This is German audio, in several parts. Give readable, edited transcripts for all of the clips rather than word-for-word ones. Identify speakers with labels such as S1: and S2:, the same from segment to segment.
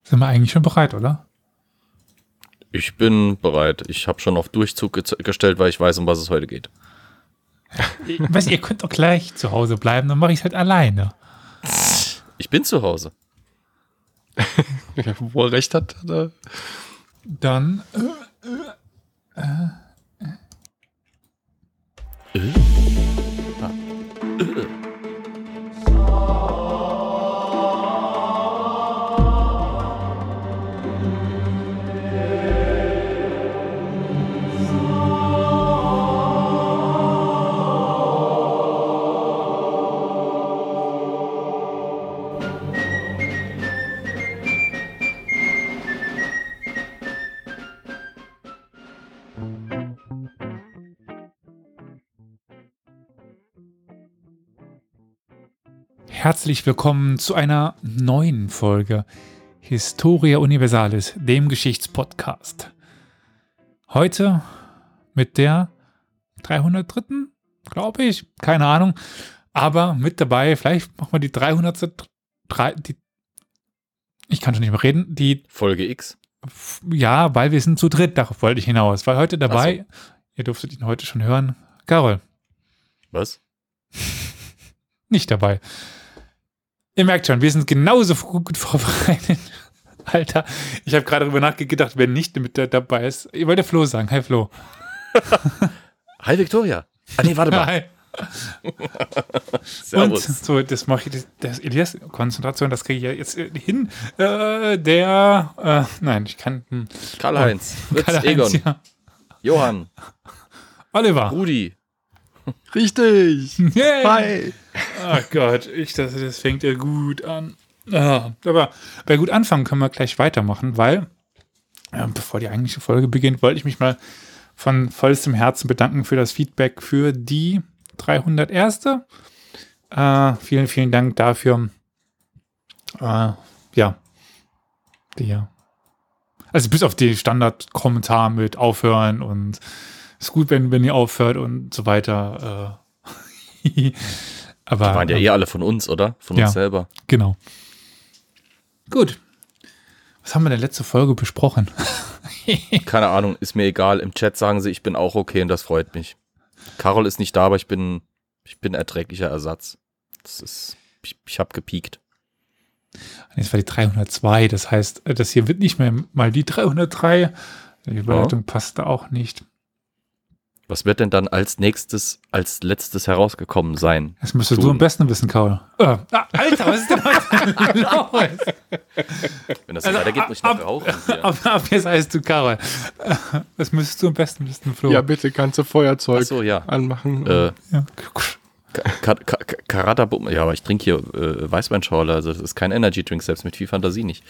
S1: Sind wir eigentlich schon bereit, oder?
S2: Ich bin bereit. Ich habe schon auf Durchzug gestellt, weil ich weiß, um was es heute geht.
S1: Weißt ihr könnt doch gleich zu Hause bleiben, dann mache ich es halt alleine.
S2: Ich bin zu Hause.
S3: Wo er recht hat, oder?
S1: Dann herzlich willkommen zu einer neuen Folge Historia Universalis, dem Geschichtspodcast. Heute mit der 303. glaube ich, keine Ahnung, aber mit dabei, vielleicht machen wir die 300. Ich kann schon nicht mehr reden, die
S2: Folge X.
S1: Ja, weil wir sind zu dritt, darauf wollte ich hinaus, weil heute dabei, ihr durftet ihn heute schon hören, Carol.
S2: Was?
S1: Nicht dabei. Ihr merkt schon, wir sind genauso gut vorbereitet. Alter, ich habe gerade darüber nachgedacht, wer nicht mit dabei ist. Ich wollte Flo sagen. Hi Flo.
S2: Hi Victoria. Ah nee, warte mal.
S1: Hi.
S2: Servus.
S1: Und so, das mache ich, das Elias, Konzentration, das kriege ich ja jetzt hin. Nein, ich kann.
S2: Karl-Heinz, Fritz,
S1: Karl-Heinz,
S2: Egon,
S1: ja.
S2: Johann,
S1: Oliver.
S2: Rudi.
S3: Richtig.
S1: Yay.
S3: Hi.
S1: Ach Gott, das fängt ja gut an. Aber bei gut anfangen können wir gleich weitermachen, weil, bevor die eigentliche Folge beginnt, wollte ich mich mal von vollstem Herzen bedanken für das Feedback für die 301. Vielen, vielen Dank dafür. Also bis auf die Standardkommentar mit aufhören und ist gut, wenn ihr aufhört und so weiter. Aber,
S2: Die waren ja alle von uns, oder? Von uns selber.
S1: Genau. Gut. Was haben wir in der letzten Folge besprochen?
S2: Keine Ahnung, ist mir egal. Im Chat sagen sie, ich bin auch okay und das freut mich. Carol ist nicht da, aber ich bin erträglicher Ersatz. Ich habe gepiekt.
S1: Jetzt war die 302, das heißt, das hier wird nicht mehr mal die 303. Die Überleitung passt da auch nicht.
S2: Was wird denn dann als letztes herausgekommen sein?
S1: Das müsstest du am besten wissen, Karol. Alter, was ist denn heute los?
S2: Wenn das so weitergeht, muss ich noch rauchen.
S1: Ab jetzt heißt du Karol. Das müsstest du am besten wissen, Flo.
S3: Ja, bitte, kannst du Feuerzeug
S2: ja.
S3: anmachen.
S1: Ja.
S2: Karadabum. Ja, aber ich trinke hier Weißweinschorle, also das ist kein Energy Drink, selbst mit viel Fantasie nicht.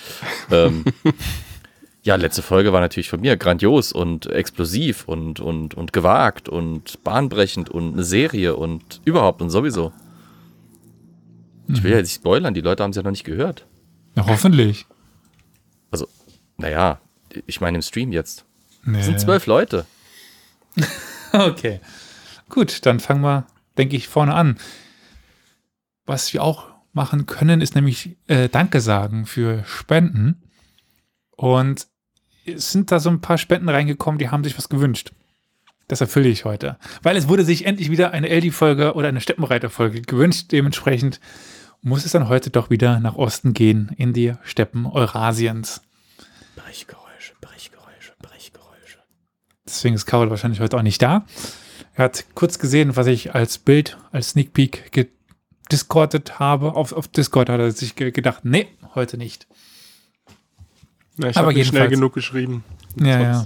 S2: Ja, letzte Folge war natürlich von mir grandios und explosiv und gewagt und bahnbrechend und eine Serie und überhaupt und sowieso. Ich will ja nicht spoilern, die Leute haben es ja noch nicht gehört.
S1: Ja, hoffentlich.
S2: Also, naja, ich meine im Stream jetzt.
S1: Nee.
S2: Es sind 12 Leute.
S1: Okay. Gut, dann fangen wir, denke ich, vorne an. Was wir auch machen können, ist nämlich Danke sagen für Spenden. Und es sind da so ein paar Spenden reingekommen, die haben sich was gewünscht. Das erfülle ich heute. Weil es wurde sich endlich wieder eine Eldi-Folge oder eine Steppenreiter-Folge gewünscht. Dementsprechend muss es dann heute doch wieder nach Osten gehen, in die Steppen Eurasiens.
S2: Brechgeräusche, Brechgeräusche, Brechgeräusche.
S1: Deswegen ist Carol wahrscheinlich heute auch nicht da. Er hat kurz gesehen, was ich als Bild, als Sneak Peek gediscordet habe. Auf Discord hat er sich gedacht, nee, heute nicht.
S3: Ja, ich habe nicht schnell genug geschrieben.
S1: Ja.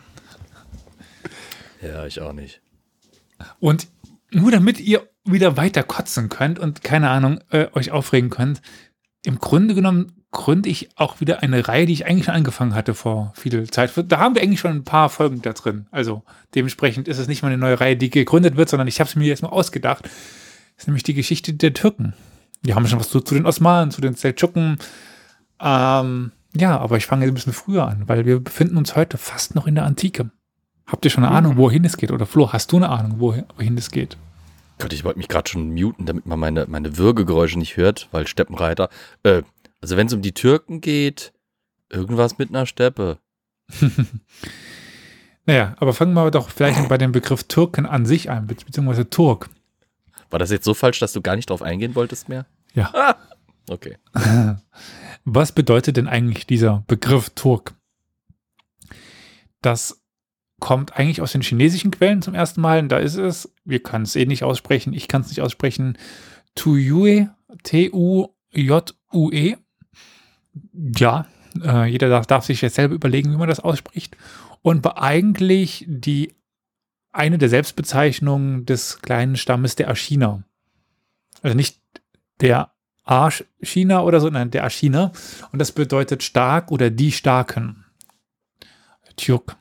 S2: Ja, ich auch nicht.
S1: Und nur damit ihr wieder weiter kotzen könnt und, keine Ahnung, euch aufregen könnt, im Grunde genommen gründe ich auch wieder eine Reihe, die ich eigentlich schon angefangen hatte vor viel Zeit. Da haben wir eigentlich schon ein paar Folgen da drin. Also dementsprechend ist es nicht mal eine neue Reihe, die gegründet wird, sondern ich habe es mir jetzt mal ausgedacht. Das ist nämlich die Geschichte der Türken. Die haben schon was zu den Osmanen, zu den Seldschuken. Ja, aber ich fange ein bisschen früher an, weil wir befinden uns heute fast noch in der Antike. Habt ihr schon eine Ahnung, wohin es geht? Oder Flo, hast du eine Ahnung, wohin es geht?
S2: Gott, ich wollte mich gerade schon muten, damit man meine Würgegeräusche nicht hört, weil Steppenreiter. Also wenn es um die Türken geht, Irgendwas mit einer Steppe.
S1: Naja, aber fangen wir doch vielleicht bei dem Begriff Türken an sich an, beziehungsweise Turk.
S2: War das jetzt so falsch, dass du gar nicht drauf eingehen wolltest mehr?
S1: Ja.
S2: Ah, okay.
S1: Was bedeutet denn eigentlich dieser Begriff Turk? Das kommt eigentlich aus den chinesischen Quellen zum ersten Mal. Und da ist es, wir können es nicht aussprechen, ich kann es nicht aussprechen, Tujue, T-U-J-U-E. Ja, jeder darf sich jetzt selber überlegen, wie man das ausspricht. Und war eigentlich eine der Selbstbezeichnungen des kleinen Stammes der Ashina. Also nicht der China oder so, nein, der Ashina. Und das bedeutet stark oder die Starken. Türk.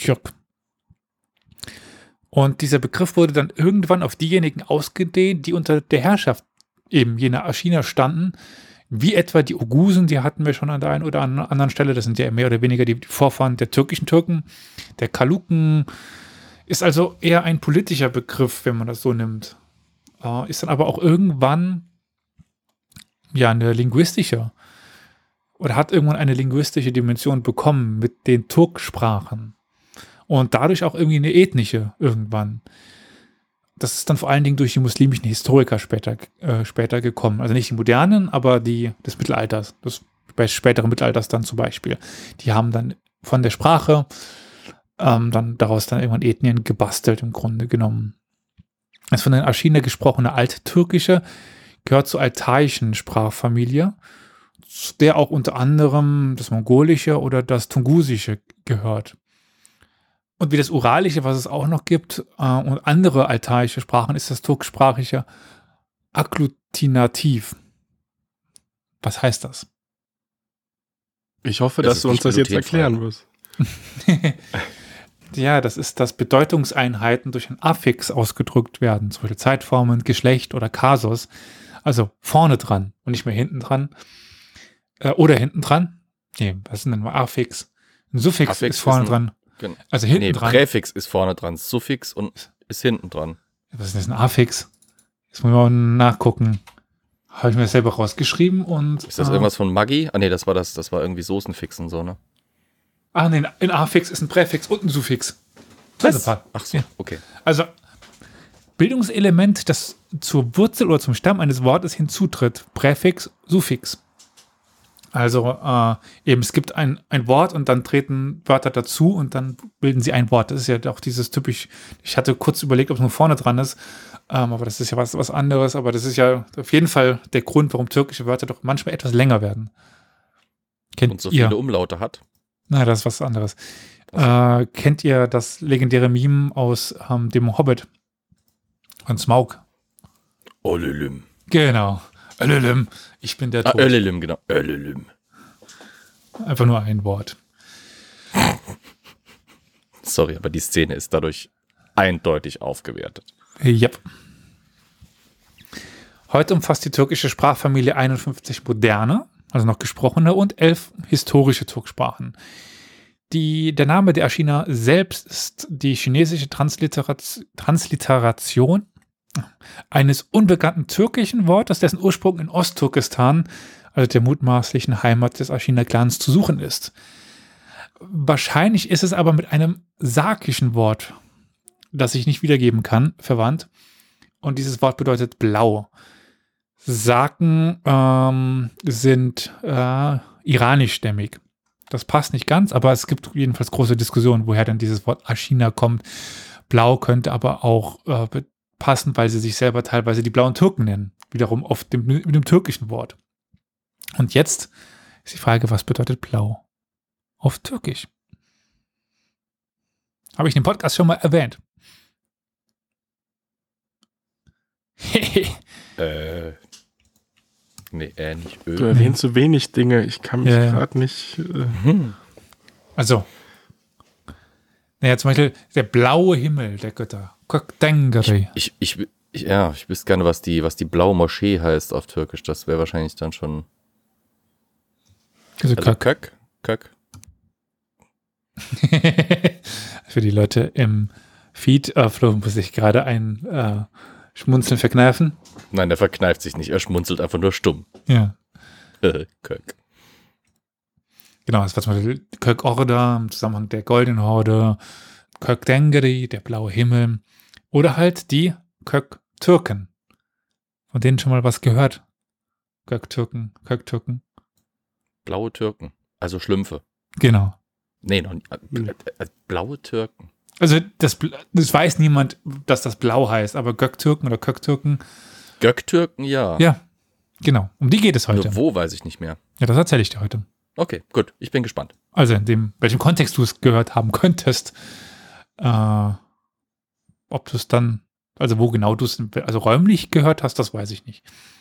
S1: Und dieser Begriff wurde dann irgendwann auf diejenigen ausgedehnt, die unter der Herrschaft eben jener Ashina standen, wie etwa die Oghusen, die hatten wir schon an der einen oder anderen Stelle, das sind ja mehr oder weniger die Vorfahren der türkischen Türken, der Kaluken, ist also eher ein politischer Begriff, wenn man das so nimmt. Ist dann aber auch irgendwann ja eine linguistische oder hat irgendwann eine linguistische Dimension bekommen mit den Turksprachen und dadurch auch irgendwie eine ethnische irgendwann. Das ist dann vor allen Dingen durch die muslimischen Historiker später gekommen. Also nicht die modernen, aber die des Mittelalters, des späteren Mittelalters dann zum Beispiel. Die haben dann von der Sprache dann daraus dann irgendwann Ethnien gebastelt im Grunde genommen. Das von den Ashina gesprochene Alttürkische gehört zur altaiischen Sprachfamilie, zu der auch unter anderem das Mongolische oder das Tungusische gehört. Und wie das Uralische, was es auch noch gibt, und andere altaiische Sprachen, ist das turksprachige Agglutinativ. Was heißt das?
S3: Ich hoffe, dass du uns das jetzt erklären wirst.
S1: Ja, das ist, dass Bedeutungseinheiten durch ein Affix ausgedrückt werden, zum Beispiel Zeitformen, Geschlecht oder Kasus, also vorne dran und nicht mehr hinten dran. Oder hinten dran. Nee, was ist denn mal Affix? Ein Suffix
S2: Affix
S1: ist vorne dran.
S2: Genau.
S1: Also hinten dran.
S2: Präfix ist vorne dran, Suffix und ist hinten dran.
S1: Was ist das, ein Affix? Jetzt muss ich mal nachgucken. Habe ich mir das selber rausgeschrieben und.
S2: Ist das irgendwas von Maggi? Ah, nee, das war irgendwie Soßenfix und so, ne?
S1: Ah, nee, ein Affix ist ein Präfix und ein Suffix.
S2: Was? Ach so, okay.
S1: Also, Bildungselement, das zur Wurzel oder zum Stamm eines Wortes hinzutritt. Präfix, Suffix. Also eben, es gibt ein Wort und dann treten Wörter dazu und dann bilden sie ein Wort. Das ist ja auch dieses typisch, ich hatte kurz überlegt, ob es nur vorne dran ist, aber das ist ja was anderes. Aber das ist ja auf jeden Fall der Grund, warum türkische Wörter doch manchmal etwas länger werden. Kennt
S2: und so
S1: ihr?
S2: viele Umlaute hat.
S1: Na, das ist was anderes. Kennt ihr das legendäre Meme aus dem Hobbit von Smaug?
S2: Olülüm.
S1: Genau. Ölülüm. Ich bin der Tod.
S2: Ölülüm, genau. Ölülüm.
S1: Einfach nur ein Wort.
S2: Sorry, aber die Szene ist dadurch eindeutig aufgewertet.
S1: Yep. Heute umfasst die türkische Sprachfamilie 51 moderne, also noch gesprochene, und 11 historische Turksprachen. Der Name der Ashina selbst ist die chinesische Transliteration eines unbekannten türkischen Wortes, dessen Ursprung in Ostturkestan, also der mutmaßlichen Heimat des Ashina-Clans, zu suchen ist. Wahrscheinlich ist es aber mit einem sakischen Wort, das ich nicht wiedergeben kann, verwandt. Und dieses Wort bedeutet blau. Saken sind iranischstämmig. Das passt nicht ganz, aber es gibt jedenfalls große Diskussionen, woher denn dieses Wort Ashina kommt. Blau könnte aber auch passen, weil sie sich selber teilweise die blauen Türken nennen. Wiederum mit dem türkischen Wort. Und jetzt ist die Frage, was bedeutet blau auf Türkisch? Habe ich in dem Podcast schon mal erwähnt.
S2: Nee, nicht.
S3: Du erwähnst so wenig Dinge. Ich kann mich gerade nicht.
S1: Also, naja, zum Beispiel der blaue Himmel der Götter. Köktengeri.
S2: Ich wüsste gerne, was die blaue Moschee heißt auf Türkisch. Das wäre wahrscheinlich dann schon.
S1: Also
S2: Kök.
S1: Für die Leute im Feed, Flo muss ich gerade ein Schmunzeln verkneifen.
S2: Nein, der verkneift sich nicht. Er schmunzelt einfach nur stumm.
S1: Ja.
S2: Kök.
S1: Genau, das war zum Beispiel Kökorda im Zusammenhang der Goldenen Horde, Köktengri, der blaue Himmel, oder halt die Köktürken. Von denen schon mal was gehört. Köktürken.
S2: Blaue Türken, also Schlümpfe.
S1: Genau.
S2: Nee, noch nicht. Blaue Türken.
S1: Also das weiß niemand, dass das blau heißt, aber Göktürken oder Köktürken.
S2: Göktürken, ja.
S1: Ja, genau. Um die geht es heute.
S2: Nur wo, weiß ich nicht mehr.
S1: Ja, das erzähle ich dir heute.
S2: Okay, gut. Ich bin gespannt.
S1: Also in welchem Kontext du es gehört haben könntest. Ob du es dann, also wo genau du es, also räumlich gehört hast, das weiß ich nicht.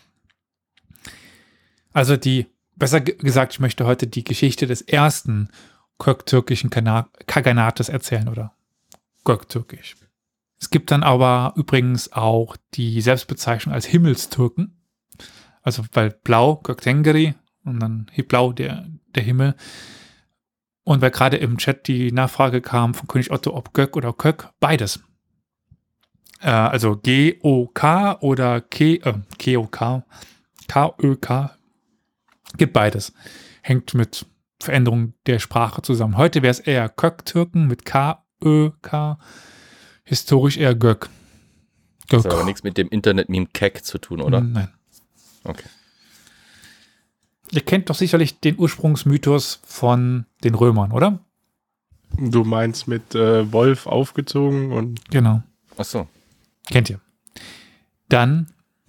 S1: Also besser gesagt, ich möchte heute die Geschichte des ersten köktürkischen Kaganates erzählen oder Göktürkisch. Es gibt dann aber übrigens auch die Selbstbezeichnung als Himmelstürken. Also weil blau, Göktengri und dann blau der Himmel. Und weil gerade im Chat die Nachfrage kam von König Otto, ob Gök oder Kök, beides. Also G-O-K oder K-O-K, K-Ö-K, gibt beides. Hängt mit Veränderung der Sprache zusammen. Heute wäre es eher Köktürken mit K-Ö-K, historisch eher Gök.
S2: Das hat aber nichts mit dem Internet-Meme Kek zu tun, oder?
S1: Nein.
S2: Okay.
S1: Ihr kennt doch sicherlich den Ursprungsmythos von den Römern, oder?
S3: Du meinst mit Wolf aufgezogen und...
S1: Genau.
S2: Ach so.
S1: Kennt ihr. Dann,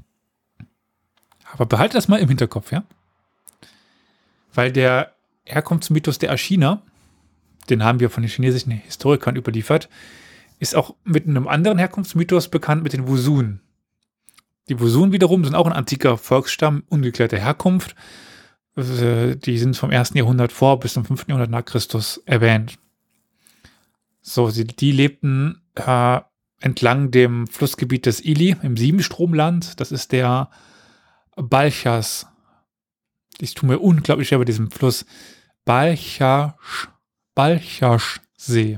S1: aber behaltet das mal im Hinterkopf, ja? Weil der Herkunftsmythos der Aschiner, den haben wir von den chinesischen Historikern überliefert, ist auch mit einem anderen Herkunftsmythos bekannt, mit den Wusun. Die Wusun wiederum sind auch ein antiker Volksstamm, ungeklärter Herkunft. Die sind vom 1. Jahrhundert vor bis zum 5. Jahrhundert nach Christus erwähnt. So, die lebten entlang dem Flussgebiet des Ili im Siebenstromland. Das ist der Balchas. Ich tue mir unglaublich schwer bei diesem Fluss. Balchaschsee.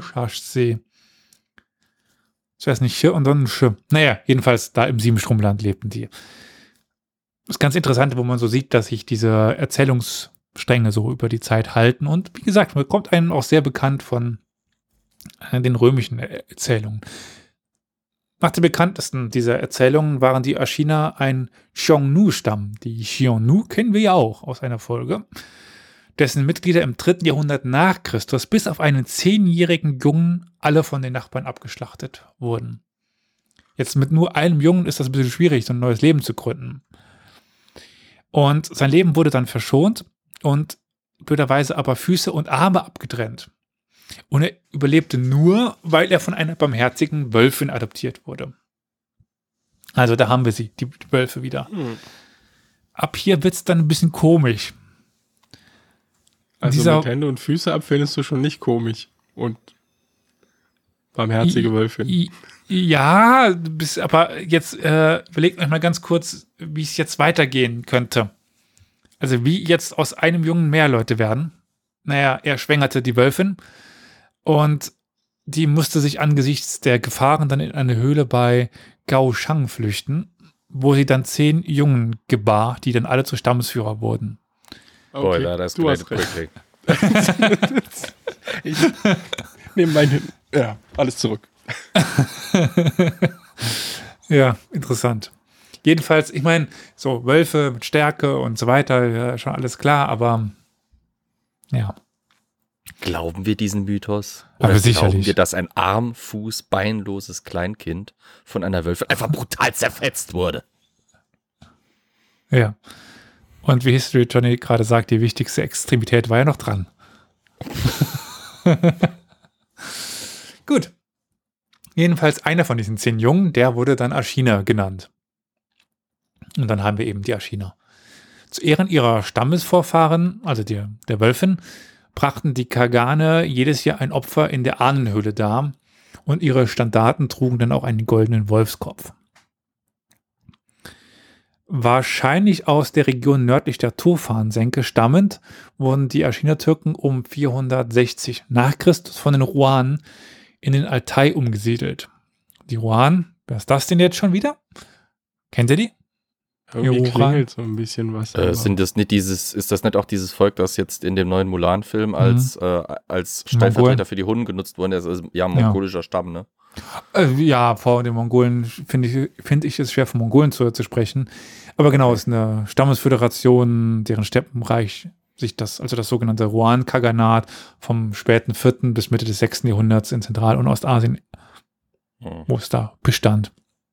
S1: Zuerst nicht Sch und dann Sch. Naja, jedenfalls da im Siebenstromland lebten die. Das ist ganz interessant, wo man so sieht, dass sich diese Erzählungsstränge so über die Zeit halten. Und wie gesagt, man kommt einem auch sehr bekannt von den römischen Erzählungen. Nach den bekanntesten dieser Erzählungen waren die Aschiner ein Xiongnu-Stamm. Die Xiongnu kennen wir ja auch aus einer Folge, dessen Mitglieder im 3. Jahrhundert nach Christus bis auf einen 10-jährigen Jungen alle von den Nachbarn abgeschlachtet wurden. Jetzt mit nur einem Jungen ist das ein bisschen schwierig, so ein neues Leben zu gründen. Und sein Leben wurde dann verschont und blöderweise aber Füße und Arme abgetrennt. Und er überlebte nur, weil er von einer barmherzigen Wölfin adoptiert wurde. Also da haben wir sie, die Wölfe wieder. Ab hier wird es dann ein bisschen komisch.
S3: Also mit Hände und Füße ab findest du schon nicht komisch. Und barmherzige Wölfin.
S1: Ja, aber jetzt überlegt euch mal ganz kurz, wie es jetzt weitergehen könnte. Also wie jetzt aus einem Jungen mehr Leute werden. Naja, er schwängerte die Wölfin und die musste sich angesichts der Gefahren dann in eine Höhle bei Gaoshang flüchten, wo sie dann 10 Jungen gebar, die dann alle zu Stammesführer wurden.
S2: Okay, boah, da hast du hast recht.
S3: Ich nehme meinen, ja, alles zurück.
S1: Ja, interessant. Jedenfalls, ich meine, so Wölfe mit Stärke und so weiter, ja, schon alles klar, aber ja.
S2: Glauben wir diesen Mythos?
S1: Aber
S2: Oder
S1: sicherlich.
S2: Glauben wir, dass ein beinloses Kleinkind von einer Wölfin einfach brutal zerfetzt wurde?
S1: Ja. Und wie History Johnny gerade sagt, die wichtigste Extremität war ja noch dran. Gut. Jedenfalls einer von diesen 10 Jungen, der wurde dann Aschiner genannt. Und dann haben wir eben die Aschiner. Zu Ehren ihrer Stammesvorfahren, also der Wölfin, brachten die Kagane jedes Jahr ein Opfer in der Ahnenhöhle dar und ihre Standarten trugen dann auch einen goldenen Wolfskopf. Wahrscheinlich aus der Region nördlich der Turfan-Senke stammend, wurden die Aschiner-Türken um 460 nach Christus von den Ruanen in den Altai umgesiedelt. Die Ruanen, wer ist das denn jetzt schon wieder? Kennt ihr die?
S3: Irgendwie klingelt so ein bisschen was.
S2: Ist das nicht auch dieses Volk, das jetzt in dem neuen Mulan-Film als Stellvertreter für die Hunnen genutzt wurde? Das ist ja ein mongolischer Stamm, ne?
S1: Ja, vor den Mongolen finde ich es schwer, von Mongolen zu sprechen. Aber genau, es ist eine Stammesföderation, deren Steppenreich sich das sogenannte Rohan-Kaganat vom späten 4. bis Mitte des 6. Jahrhunderts in Zentral- und Ostasien, wo es da bestand.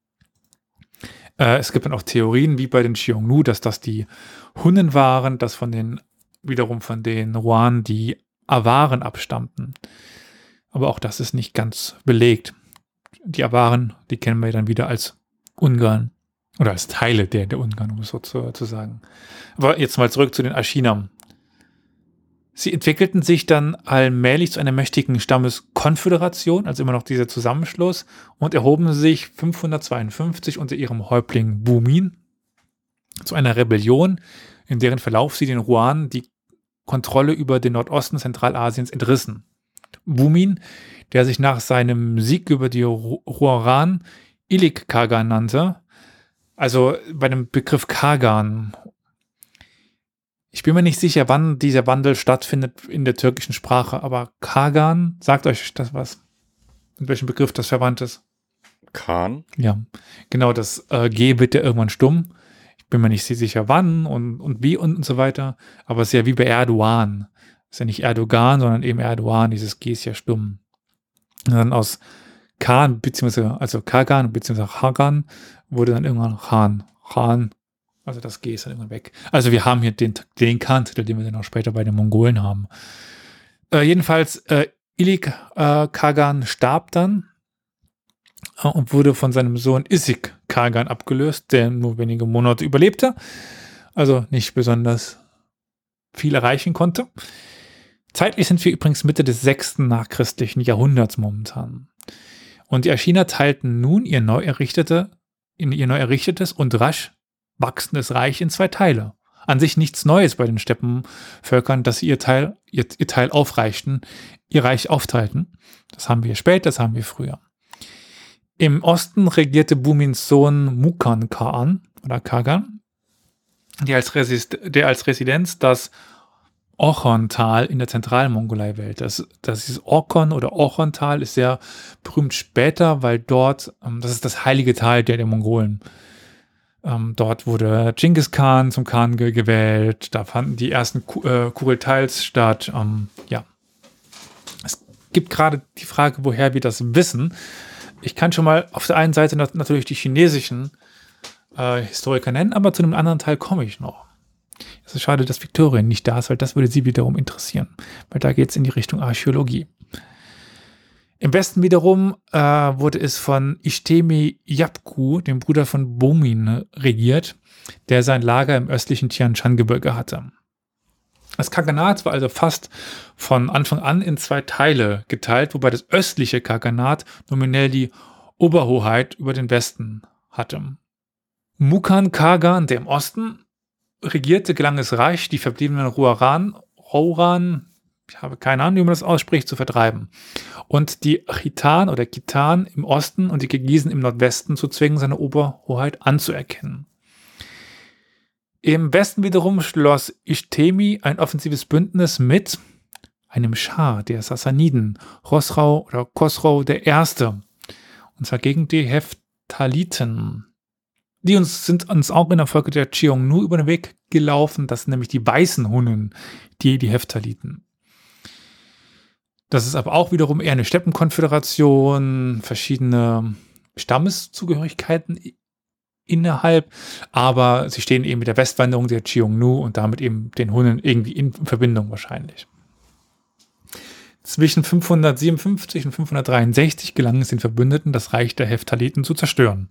S1: Es gibt dann auch Theorien, wie bei den Xiongnu, dass das die Hunnen waren, dass wiederum von den Rohan die Awaren abstammten. Aber auch das ist nicht ganz belegt. Die Awaren, die kennen wir dann wieder als Ungarn. Oder als Teile der Ungarn, um es so zu sagen. Aber jetzt mal zurück zu den Aschinam. Sie entwickelten sich dann allmählich zu einer mächtigen Stammeskonföderation, also immer noch dieser Zusammenschluss, und erhoben sich 552 unter ihrem Häuptling Bumin zu einer Rebellion, in deren Verlauf sie den Rohan die Kontrolle über den Nordosten Zentralasiens entrissen. Bumin, der sich nach seinem Sieg über die Huaran Ilik Kagan nannte, also bei dem Begriff Kagan. Ich bin mir nicht sicher, wann dieser Wandel stattfindet in der türkischen Sprache, aber Kagan, sagt euch das was? Mit welchem Begriff das verwandt ist?
S2: Khan?
S1: Ja, genau, das G wird ja irgendwann stumm. Ich bin mir nicht sicher, wann und wie und so weiter, aber es ist ja wie bei Erdogan. Ist ja nicht Erdogan, sondern eben Erdogan, dieses G ist ja stumm. Und dann aus Khan, also Kagan, beziehungsweise Hagan, wurde dann irgendwann Khan, also das G ist dann irgendwann weg. Also wir haben hier den Khan-Titel, den wir dann auch später bei den Mongolen haben. Jedenfalls, Ilik Kagan starb dann und wurde von seinem Sohn Isik Kagan abgelöst, der nur wenige Monate überlebte, also nicht besonders viel erreichen konnte. Zeitlich sind wir übrigens Mitte des 6. nachchristlichen Jahrhunderts momentan. Und die Aschiner teilten nun ihr neu errichtetes und rasch wachsendes Reich in 2 Teile. An sich nichts Neues bei den Steppenvölkern, dass sie ihr Teil aufreichten, ihr Reich aufteilten. Das haben wir spät, das haben wir früher. Im Osten regierte Bumins Sohn Mukan Khan oder Kagan, der als Residenz das Ochon-Tal in der Zentralmongolei wählt. Das ist Orkhon oder Ochon-Tal ist sehr berühmt später, weil dort, das ist das heilige Tal der Mongolen. Dort wurde Genghis Khan zum Khan gewählt, da fanden die ersten Kurultals statt. Es gibt gerade die Frage, woher wir das wissen. Ich kann schon mal auf der einen Seite natürlich die chinesischen Historiker nennen, aber zu einem anderen Teil komme ich noch. Es ist schade, dass Victoria nicht da ist, weil das würde sie wiederum interessieren, weil da geht es in die Richtung Archäologie. Im Westen wiederum wurde es von Ishtemi Yapku, dem Bruder von Bumin, regiert, der sein Lager im östlichen Tian-Shan-Gebirge hatte. Das Kaganat war also fast von Anfang an in 2 Teile geteilt, wobei das östliche Kaganat nominell die Oberhoheit über den Westen hatte. Mukan Kagan, der im Osten regierte, gelang es reich, die verbliebenen Rohan, ich habe keine Ahnung, wie man das ausspricht, zu vertreiben. Und die Khitan oder Khitan im Osten und die Kirgisen im Nordwesten zu zwingen, seine Oberhoheit anzuerkennen. Im Westen wiederum schloss Ishtemi ein offensives Bündnis mit einem Schah der Sassaniden, Khosrau oder Khosrau I., und zwar gegen die Heptaliten. Die sind uns auch in der Folge der Xiongnu über den Weg gelaufen, das sind nämlich die weißen Hunnen, die Heptaliten. Das ist aber auch wiederum eher eine Steppenkonföderation, verschiedene Stammeszugehörigkeiten innerhalb, aber sie stehen eben mit der Westwanderung der Xiongnu und damit eben den Hunnen irgendwie in Verbindung wahrscheinlich. Zwischen 557 und 563 gelang es den Verbündeten, das Reich der Heptaliten zu zerstören.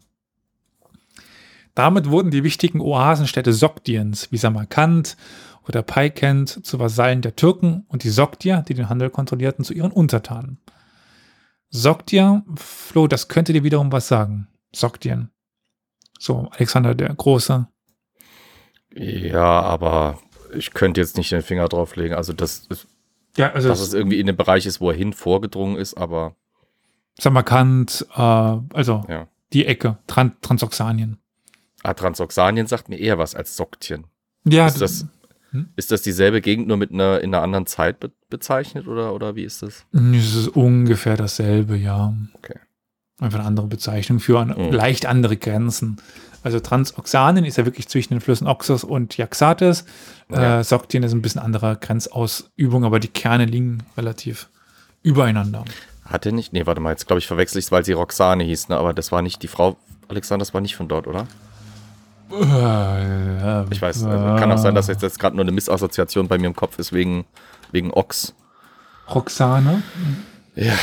S1: Damit wurden die wichtigen Oasenstädte Sogdiens wie Samarkand oder Paikent zu Vasallen der Türken und die Sogdier, die den Handel kontrollierten, zu ihren Untertanen. Sogdier, Flo, das könnte dir wiederum was sagen. Sogdien. So, Alexander der Große.
S2: Ja, aber ich könnte jetzt nicht den Finger drauf legen. Also dass es irgendwie in dem Bereich ist, wo er hin vorgedrungen ist, aber
S1: Samarkand, die Ecke, Transoxanien.
S2: Transoxanien sagt mir eher was als Soktien.
S1: Ja,
S2: ist das dieselbe Gegend, nur in einer anderen Zeit bezeichnet oder wie ist das?
S1: Es ist ungefähr dasselbe, ja.
S2: Okay.
S1: Einfach eine andere Bezeichnung für leicht andere Grenzen. Also Transoxanien ist ja wirklich zwischen den Flüssen Oxus und Jaxartes. Ja. Soktien ist ein bisschen andere Grenzausübung, aber die Kerne liegen relativ übereinander.
S2: Hatte nicht? Nee, warte mal, jetzt glaube ich verwechsel ich es, weil sie Roxane hieß, ne? Aber das war nicht die Frau Alexander, das war nicht von dort, oder? Ich weiß, kann auch sein, dass jetzt gerade nur eine Missassoziation bei mir im Kopf ist, wegen Ox.
S1: Roxane?
S2: Ja.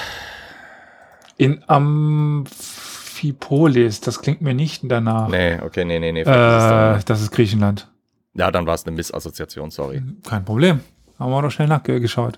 S1: In Amphipolis, das klingt mir nicht danach.
S2: Nee.
S1: Das ist Griechenland.
S2: Ja, dann war es eine Missassoziation, sorry.
S1: Kein Problem. Haben wir doch schnell nachgeschaut.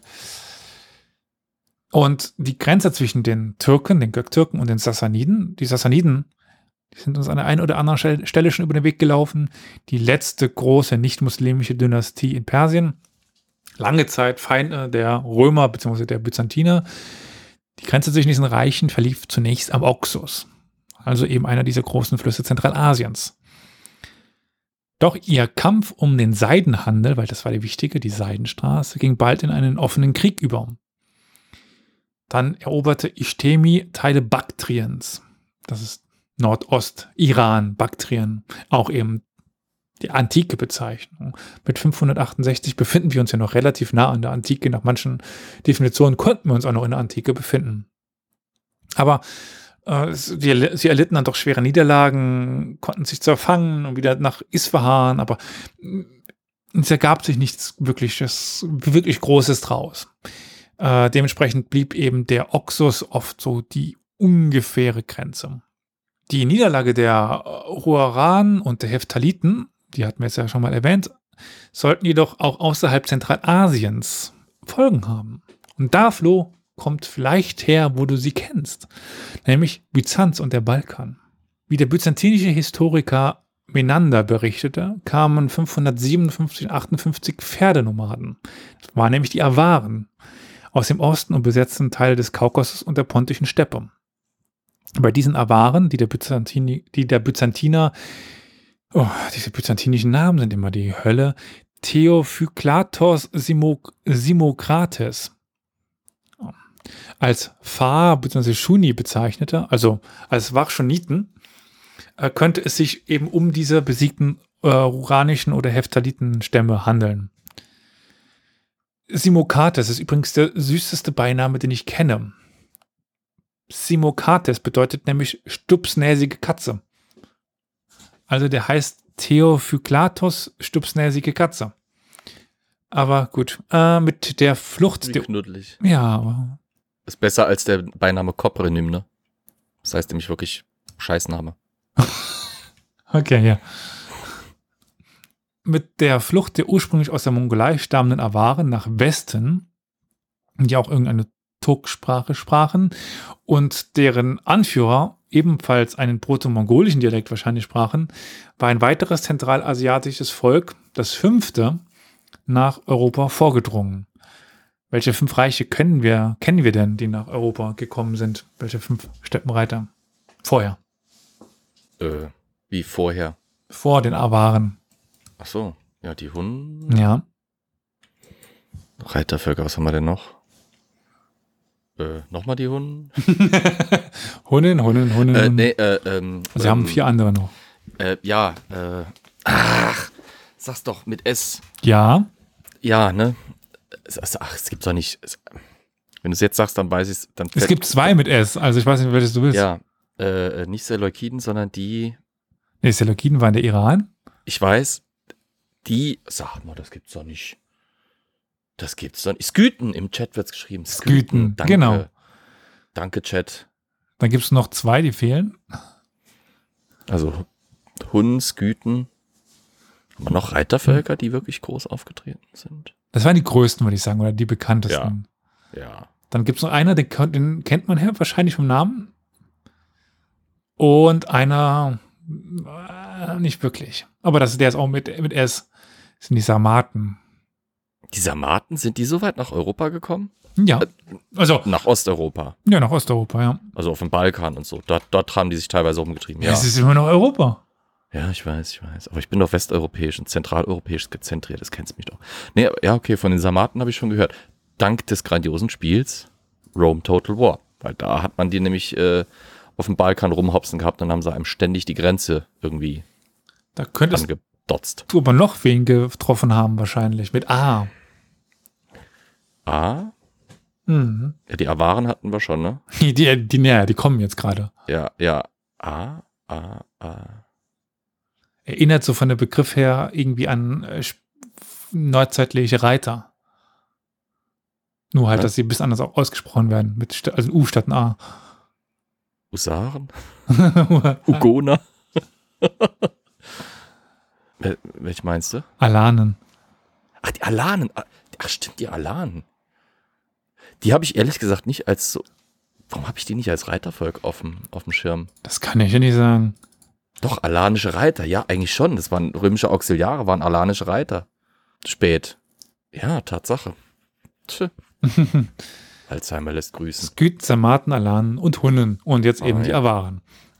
S1: Und die Grenze zwischen den Türken, den Göktürken und den Sassaniden, die Sassaniden, die sind uns an der einen oder anderen Stelle schon über den Weg gelaufen. Die letzte große nicht-muslimische Dynastie in Persien. Lange Zeit Feinde der Römer bzw. der Byzantiner. Die Grenze zwischen diesen Reichen verlief zunächst am Oxus. Also eben einer dieser großen Flüsse Zentralasiens. Doch ihr Kampf um den Seidenhandel, weil das war die wichtige, die Seidenstraße, ging bald in einen offenen Krieg über. Dann eroberte Ishtemi Teile Baktriens. Das ist Nordost-Iran, Baktrien, auch eben die antike Bezeichnung. Mit 568 befinden wir uns ja noch relativ nah an der Antike. Nach manchen Definitionen konnten wir uns auch noch in der Antike befinden. Aber sie erlitten dann doch schwere Niederlagen, konnten sich zwar fangen und wieder nach Isfahan, aber es ergab sich nichts wirklich Großes draus. Dementsprechend blieb eben der Oxus oft so die ungefähre Grenze. Die Niederlage der Huaran und der Heptaliten, die hatten wir jetzt ja schon mal erwähnt, sollten jedoch auch außerhalb Zentralasiens Folgen haben. Und da, Flo, kommt vielleicht her, wo du sie kennst, nämlich Byzanz und der Balkan. Wie der byzantinische Historiker Menander berichtete, kamen 557 und 58 Pferdenomaden. Das waren nämlich die Awaren aus dem Osten und besetzten Teile des Kaukasus und der pontischen Steppe. Bei diesen Awaren, diese byzantinischen Namen sind immer die Hölle, Theophyklatos Simokrates als Phar bzw. Shuni bezeichnete, also als Wachschoniten, könnte es sich eben um diese besiegten Huranischen oder Heptaliten-Stämme handeln. Simokates ist übrigens der süßeste Beiname, den ich kenne. Simokates bedeutet nämlich stupsnäsige Katze. Also der heißt Theophyklatos stupsnäsige Katze. Aber gut, mit der Flucht...
S2: Wie knuddelig.
S1: Ja, aber...
S2: Ist besser als der Beiname Koprenym, ne? Das heißt nämlich wirklich Scheißname.
S1: Okay, ja. Mit der Flucht der ursprünglich aus der Mongolei stammenden Awaren nach Westen, die auch irgendeine Turksprache sprachen und deren Anführer ebenfalls einen proto-mongolischen Dialekt wahrscheinlich sprachen, war ein weiteres zentralasiatisches Volk, das 5. nach Europa vorgedrungen. Welche 5 Reiche kennen wir denn, die nach Europa gekommen sind? Welche 5 Steppenreiter? Vorher.
S2: Wie vorher?
S1: Vor den Awaren.
S2: Ach so, ja, die Hunnen.
S1: Ja.
S2: Reitervölker, was haben wir denn noch? Nochmal die Hunnen?
S1: Hunnen. Sie haben 4 andere noch.
S2: Sag's doch mit S.
S1: Ja.
S2: Ja, ne? Es gibt doch nicht. Wenn du es jetzt sagst, dann weiß ich es.
S1: Es gibt 2 mit S, also ich weiß nicht, welches du willst.
S2: Ja, nicht Seleukiden, sondern die.
S1: Nee, Seleukiden waren der Iran.
S2: Ich weiß, sag mal, das gibt's doch nicht. Skythen, im Chat wird's geschrieben.
S1: Skythen,
S2: danke.
S1: Genau.
S2: Danke, Chat.
S1: Dann gibt es noch 2, die fehlen.
S2: Also Hunnen, Skythen. Aber noch Reitervölker, die wirklich groß aufgetreten sind.
S1: Das waren die größten, würde ich sagen, oder die bekanntesten.
S2: Ja.
S1: Dann gibt es noch einer, den kennt man wahrscheinlich vom Namen. Und einer nicht wirklich. Aber der ist auch mit S. Das sind die Sarmaten.
S2: Die Sarmaten, sind die so weit nach Europa gekommen?
S1: Ja. Also
S2: nach Osteuropa.
S1: Ja, nach Osteuropa, ja.
S2: Also auf dem Balkan und so. Dort haben die sich teilweise rumgetrieben. Ja.
S1: Das ist immer noch Europa.
S2: Ja, ich weiß. Aber ich bin doch westeuropäisch und zentraleuropäisch gezentriert, das kennst mich doch. Nee, ja, okay, von den Sarmaten habe ich schon gehört. Dank des grandiosen Spiels Rome Total War. Weil da hat man die nämlich auf dem Balkan rumhopsen gehabt und haben sie einem ständig die Grenze irgendwie
S1: da könntest
S2: angedotzt.
S1: Du aber noch wen getroffen haben wahrscheinlich, mit A.
S2: A?
S1: Mhm.
S2: Ja, die Awaren hatten wir schon, ne?
S1: Die kommen jetzt gerade.
S2: Ja. A.
S1: Erinnert so von der Begriff her irgendwie an neuzeitliche Reiter. Nur halt, dass sie ein bisschen anders auch ausgesprochen werden. Also ein U statt ein A.
S2: Husaren? Ugona? Welch meinst du?
S1: Alanen.
S2: Ach, die Alanen. Ach, stimmt, die Alanen. Die habe ich ehrlich gesagt nicht als so. Warum habe ich die nicht als Reitervolk auf dem Schirm?
S1: Das kann ich ja nicht sagen.
S2: Doch, alanische Reiter, ja, eigentlich schon. Das waren römische Auxiliare, waren alanische Reiter. Spät. Ja, Tatsache. Tch. Alzheimer lässt grüßen.
S1: Skythen, Sarmaten, Alanen und Hunnen. Und jetzt eben die Awaren.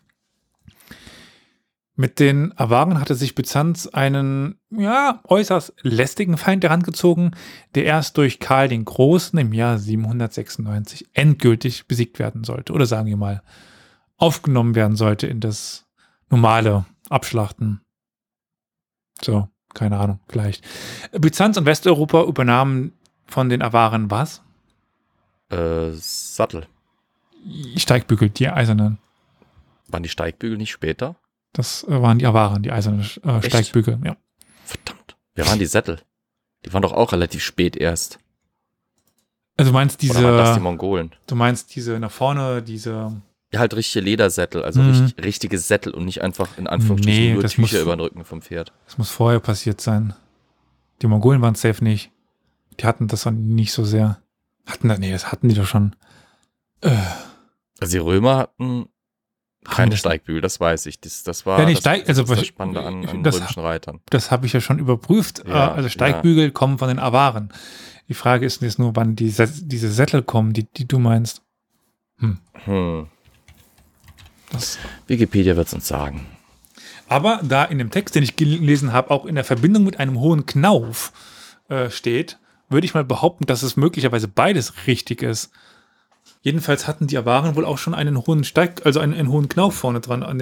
S1: Mit den Awaren hatte sich Byzanz einen, äußerst lästigen Feind herangezogen, der erst durch Karl den Großen im Jahr 796 endgültig besiegt werden sollte. Oder sagen wir mal, aufgenommen werden sollte in das normale Abschlachten. So, keine Ahnung, vielleicht. Byzanz und Westeuropa übernahmen von den Awaren was?
S2: Sattel.
S1: Steigbügel, die eisernen.
S2: Waren die Steigbügel nicht später?
S1: Das waren die Awaren, die eisernen Steigbügel, ja.
S2: Verdammt. Wer waren die Sättel? Die waren doch auch relativ spät erst.
S1: Also du meinst diese.
S2: Oder waren das die Mongolen?
S1: Du meinst diese nach vorne, diese.
S2: Ja, halt richtige Ledersättel, also richtige Sättel und nicht einfach in Anführungsstrichen nur Tücher über den Rücken vom Pferd. Das muss
S1: vorher passiert sein. Die Mongolen waren safe nicht. Die hatten das nicht so sehr. Das hatten die doch schon.
S2: Also die Römer hatten keine Steigbügel, das weiß ich. Das war
S1: das
S2: Spannende an römischen Reitern.
S1: Das habe ich ja schon überprüft. Ja, also Steigbügel kommen von den Awaren. Die Frage ist jetzt nur, wann diese Sättel kommen, die du meinst.
S2: Wikipedia wird es uns sagen.
S1: Aber da in dem Text, den ich gelesen habe, auch in der Verbindung mit einem hohen Knauf steht, würde ich mal behaupten, dass es möglicherweise beides richtig ist. Jedenfalls hatten die Awaren wohl auch schon einen hohen einen hohen Knauf vorne dran an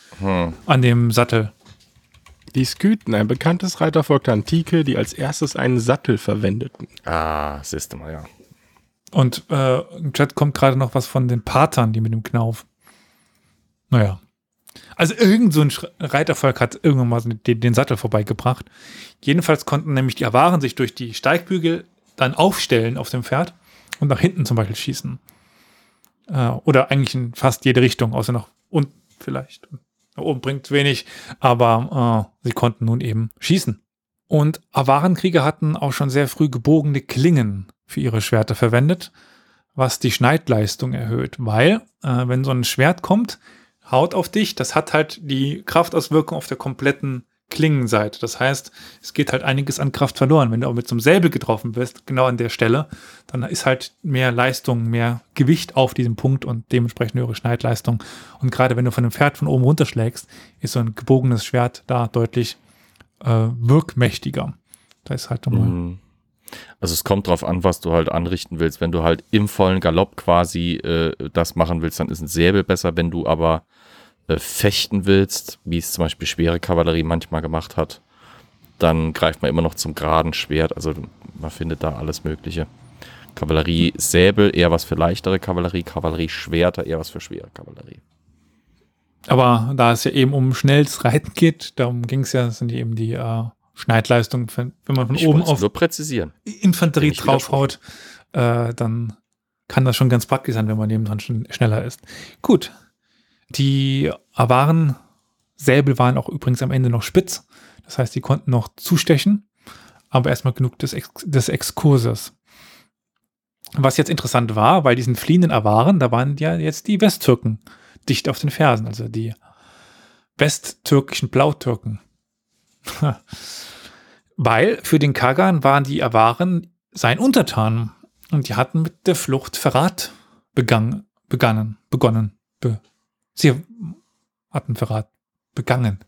S1: dem Sattel.
S3: Die Skythen, ein bekanntes Reitervolk der Antike, die als erstes einen Sattel verwendeten.
S2: Ah, siehst du mal, ja.
S1: Und im Chat kommt gerade noch was von den Parthern, die mit dem Knauf. Naja. Also irgend so ein Reitervolk hat irgendwann mal den Sattel vorbeigebracht. Jedenfalls konnten nämlich die Awaren sich durch die Steigbügel dann aufstellen auf dem Pferd und nach hinten zum Beispiel schießen. Oder eigentlich in fast jede Richtung, außer nach unten vielleicht. Nach oben bringt wenig, aber sie konnten nun eben schießen. Und Awarenkrieger hatten auch schon sehr früh gebogene Klingen für ihre Schwerter verwendet, was die Schneidleistung erhöht, weil wenn so ein Schwert kommt, haut auf dich, das hat halt die Kraftauswirkung auf der kompletten Klingenseite. Das heißt, es geht halt einiges an Kraft verloren. Wenn du auch mit so einem Säbel getroffen bist, genau an der Stelle, dann ist halt mehr Leistung, mehr Gewicht auf diesem Punkt und dementsprechend höhere Schneidleistung. Und gerade wenn du von einem Pferd von oben runterschlägst, ist so ein gebogenes Schwert da deutlich wirkmächtiger. Da ist halt nochmal.
S2: Also es kommt drauf an, was du halt anrichten willst. Wenn du halt im vollen Galopp quasi das machen willst, dann ist ein Säbel besser. Wenn du aber fechten willst, wie es zum Beispiel schwere Kavallerie manchmal gemacht hat, dann greift man immer noch zum geraden Schwert. Also man findet da alles Mögliche. Kavallerie-Säbel eher was für leichtere Kavallerie, Kavallerie-Schwerter eher was für schwere Kavallerie.
S1: Aber da es ja eben um schnelles Reiten geht, darum ging es ja, sind eben die Schneidleistung, wenn man von oben auf
S2: nur präzisieren.
S1: Infanterie draufhaut, dann kann das schon ganz praktisch sein, wenn man nebendran schon schneller ist. Gut. Die Awaren-Säbel waren auch übrigens am Ende noch spitz. Das heißt, die konnten noch zustechen, aber erstmal genug des Exkurses. Was jetzt interessant war, weil diesen fliehenden Awaren, da waren ja jetzt die Westtürken dicht auf den Fersen, also die westtürkischen Blautürken. Weil für den Kagan waren die Awaren sein Untertan und die hatten mit der Flucht Verrat begonnen. Sie hatten Verrat begangen.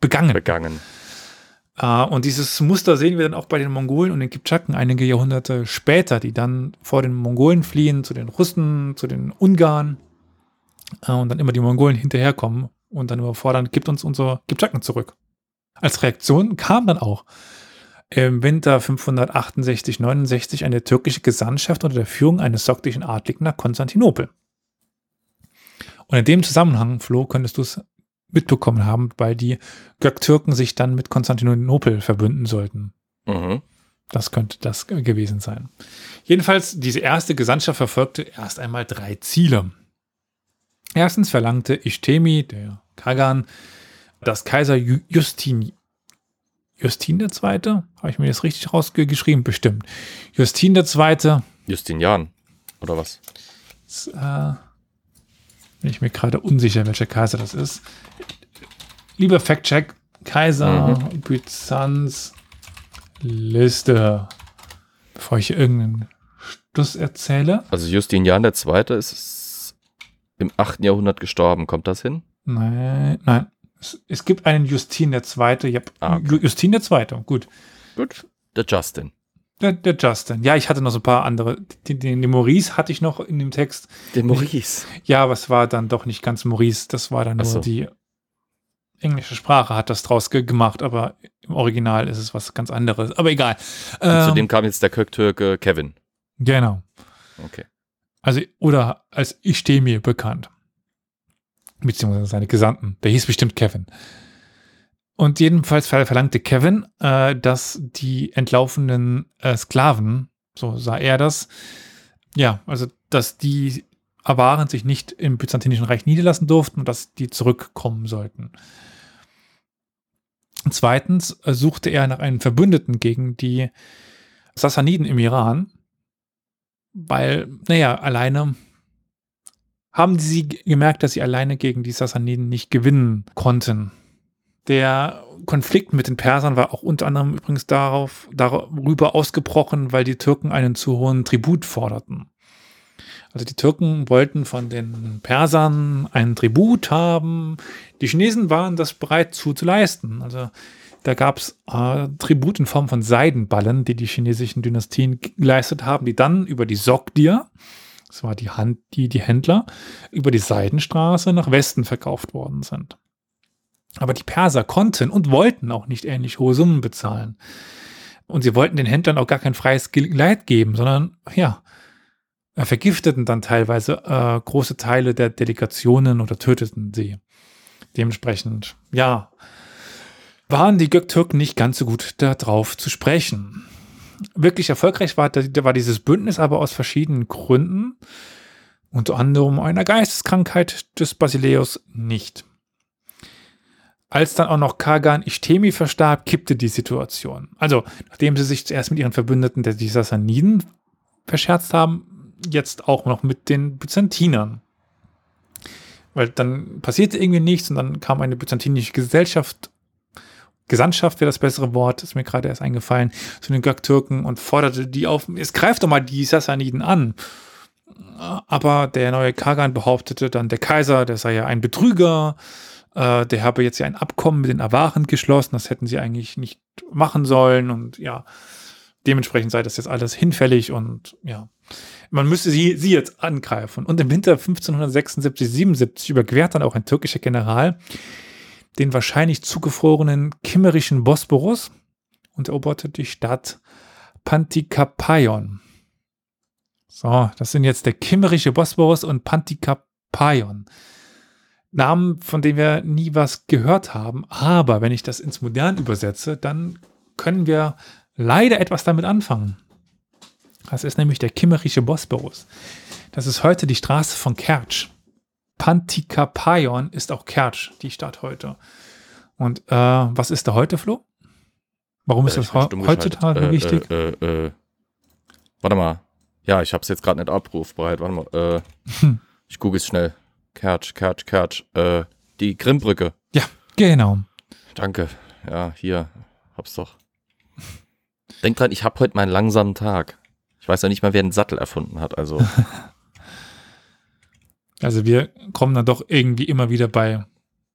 S1: Und dieses Muster sehen wir dann auch bei den Mongolen und den Kipchaken einige Jahrhunderte später, die dann vor den Mongolen fliehen, zu den Russen, zu den Ungarn und dann immer die Mongolen hinterherkommen und dann überfordern, gibt uns unsere Kipchaken zurück. Als Reaktion kam dann auch im Winter 568/69 eine türkische Gesandtschaft unter der Führung eines soktischen Adligen nach Konstantinopel. Und in dem Zusammenhang, Flo, könntest du es mitbekommen haben, weil die Göktürken sich dann mit Konstantinopel verbünden sollten.
S2: Mhm.
S1: Das könnte das gewesen sein. Jedenfalls, diese erste Gesandtschaft verfolgte erst einmal 3 Ziele. Erstens verlangte Ishtemi, der Kagan, dass Kaiser Justin II., habe ich mir das richtig rausgeschrieben? Bestimmt. Justin II.
S2: Justinian, oder was?
S1: Bin ich mir gerade unsicher, welcher Kaiser das ist. Lieber Fact-Check, Kaiser, Byzanz, Liste. Bevor ich hier irgendeinen Stuss erzähle.
S2: Also Justinian II. Ist im 8. Jahrhundert gestorben. Kommt das hin?
S1: Nein. Es gibt einen Justin II. Ja,
S2: okay.
S1: Justin II. Gut.
S2: Der Justin.
S1: Der Justin. Ja, ich hatte noch so ein paar andere. Den Maurice hatte ich noch in dem Text.
S2: Den Maurice.
S1: Ja, aber es war dann doch nicht ganz Maurice. Das war dann nur die englische Sprache hat das draus gemacht, aber im Original ist es was ganz anderes. Aber egal.
S2: Zu dem kam jetzt der Göktürke Kevin.
S1: Genau.
S2: Okay.
S1: Also, oder als Ishtemi bekannt. Beziehungsweise seine Gesandten. Der hieß bestimmt Kevin. Und jedenfalls verlangte Kevin, dass die entlaufenen Sklaven, so sah er das, ja, also dass die Awaren sich nicht im Byzantinischen Reich niederlassen durften und dass die zurückkommen sollten. Zweitens suchte er nach einem Verbündeten gegen die Sassaniden im Iran, weil, alleine haben sie gemerkt, dass sie alleine gegen die Sassaniden nicht gewinnen konnten. Der Konflikt mit den Persern war auch unter anderem übrigens darüber ausgebrochen, weil die Türken einen zu hohen Tribut forderten. Also die Türken wollten von den Persern einen Tribut haben. Die Chinesen waren das bereit zu leisten. Also da gab es Tribut in Form von Seidenballen, die chinesischen Dynastien geleistet haben, die dann über die Sogdier, das war die Händler, über die Seidenstraße nach Westen verkauft worden sind. Aber die Perser konnten und wollten auch nicht ähnlich hohe Summen bezahlen. Und sie wollten den Händlern auch gar kein freies Geleit geben, sondern vergifteten dann teilweise große Teile der Delegationen oder töteten sie. Dementsprechend, waren die Göktürken nicht ganz so gut darauf zu sprechen. Wirklich erfolgreich war dieses Bündnis aber aus verschiedenen Gründen, unter anderem einer Geisteskrankheit des Basileus nicht. Als dann auch noch Kagan Ishtemi verstarb, kippte die Situation. Also, nachdem sie sich zuerst mit ihren Verbündeten, die Sassaniden, verscherzt haben, jetzt auch noch mit den Byzantinern. Weil dann passierte irgendwie nichts und dann kam eine byzantinische Gesandtschaft wäre das bessere Wort, ist mir gerade erst eingefallen, zu den Göktürken und forderte die auf, es greift doch mal die Sassaniden an. Aber der neue Kagan behauptete dann, der Kaiser, der sei ja ein Betrüger, der habe jetzt ja ein Abkommen mit den Awaren geschlossen, das hätten sie eigentlich nicht machen sollen und dementsprechend sei das jetzt alles hinfällig und man müsste sie jetzt angreifen. Und im Winter 1576/77 überquert dann auch ein türkischer General den wahrscheinlich zugefrorenen kimmerischen Bosporus und eroberte die Stadt Pantikapaion. So, das sind jetzt der kimmerische Bosporus und Pantikapaion. Namen, von denen wir nie was gehört haben, aber wenn ich das ins Modern übersetze, dann können wir leider etwas damit anfangen. Das ist nämlich der kimmerische Bosporus. Das ist heute die Straße von Kertsch. Pantikapaion ist auch Kertsch, die Stadt heute. Und was ist da heute, Flo? Warum ist das heutzutage wichtig?
S2: Warte mal. Ja, ich habe es jetzt gerade nicht abrufbereit. Warte mal. Ich google es schnell. Kertsch. Die Grimmbrücke.
S1: Ja, genau.
S2: Danke. Ja, hier. Hab's doch. Denk dran, ich habe heute meinen langsamen Tag. Ich weiß ja nicht mal, wer den Sattel erfunden hat. Also
S1: wir kommen dann doch irgendwie immer wieder bei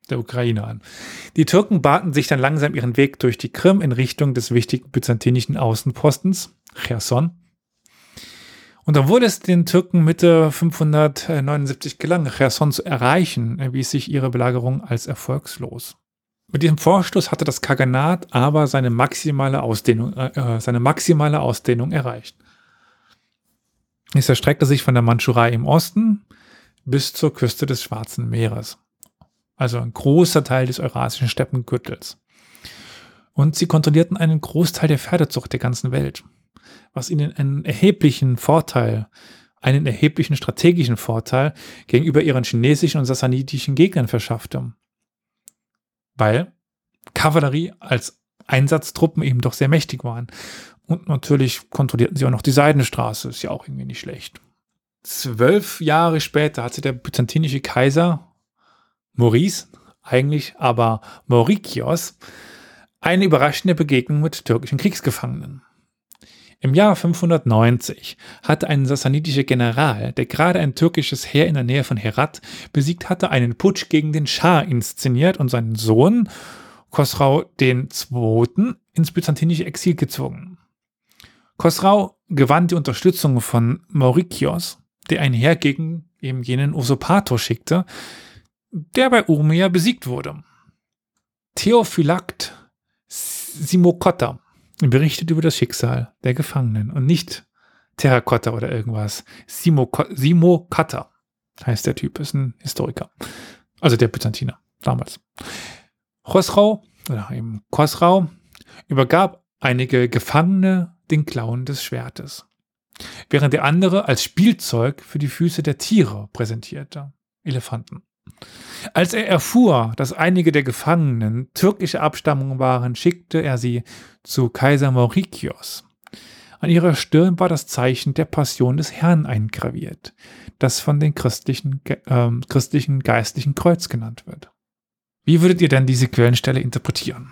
S1: der Ukraine an. Die Türken bahnten sich dann langsam ihren Weg durch die Krim in Richtung des wichtigen byzantinischen Außenpostens, Cherson. Und dann wurde es den Türken Mitte 579 gelungen, Cherson zu erreichen, erwies sich ihre Belagerung als erfolgslos. Mit diesem Vorstoß hatte das Kaganat aber seine maximale Ausdehnung erreicht. Es erstreckte sich von der Mandschurei im Osten bis zur Küste des Schwarzen Meeres. Also ein großer Teil des eurasischen Steppengürtels. Und sie kontrollierten einen Großteil der Pferdezucht der ganzen Welt, was ihnen einen erheblichen strategischen Vorteil gegenüber ihren chinesischen und sassanidischen Gegnern verschaffte. Weil Kavallerie als Einsatztruppen eben doch sehr mächtig waren. Und natürlich kontrollierten sie auch noch die Seidenstraße, ist ja auch irgendwie nicht schlecht. 12 Jahre später hatte der byzantinische Kaiser Maurice, eigentlich aber Maurikios, eine überraschende Begegnung mit türkischen Kriegsgefangenen. Im Jahr 590 hatte ein sassanidischer General, der gerade ein türkisches Heer in der Nähe von Herat besiegt hatte, einen Putsch gegen den Schah inszeniert und seinen Sohn Khosrau II. Ins byzantinische Exil gezwungen. Khosrau gewann die Unterstützung von Maurikios, der ein Heer gegen eben jenen Usurpator schickte, der bei Urmia besiegt wurde. Theophylakt Simokotta berichtet über das Schicksal der Gefangenen und nicht Terrakotta oder irgendwas. Simokotta heißt der Typ, ist ein Historiker. Also der Byzantiner, damals. Khosrau übergab einige Gefangene den Klauen des Schwertes, während der andere als Spielzeug für die Füße der Tiere präsentierte, Elefanten. Als er erfuhr, dass einige der Gefangenen türkischer Abstammung waren, schickte er sie zu Kaiser Maurikios. An ihrer Stirn war das Zeichen der Passion des Herrn eingraviert, das von den christlichen geistlichen Kreuz genannt wird. Wie würdet ihr denn diese Quellenstelle interpretieren?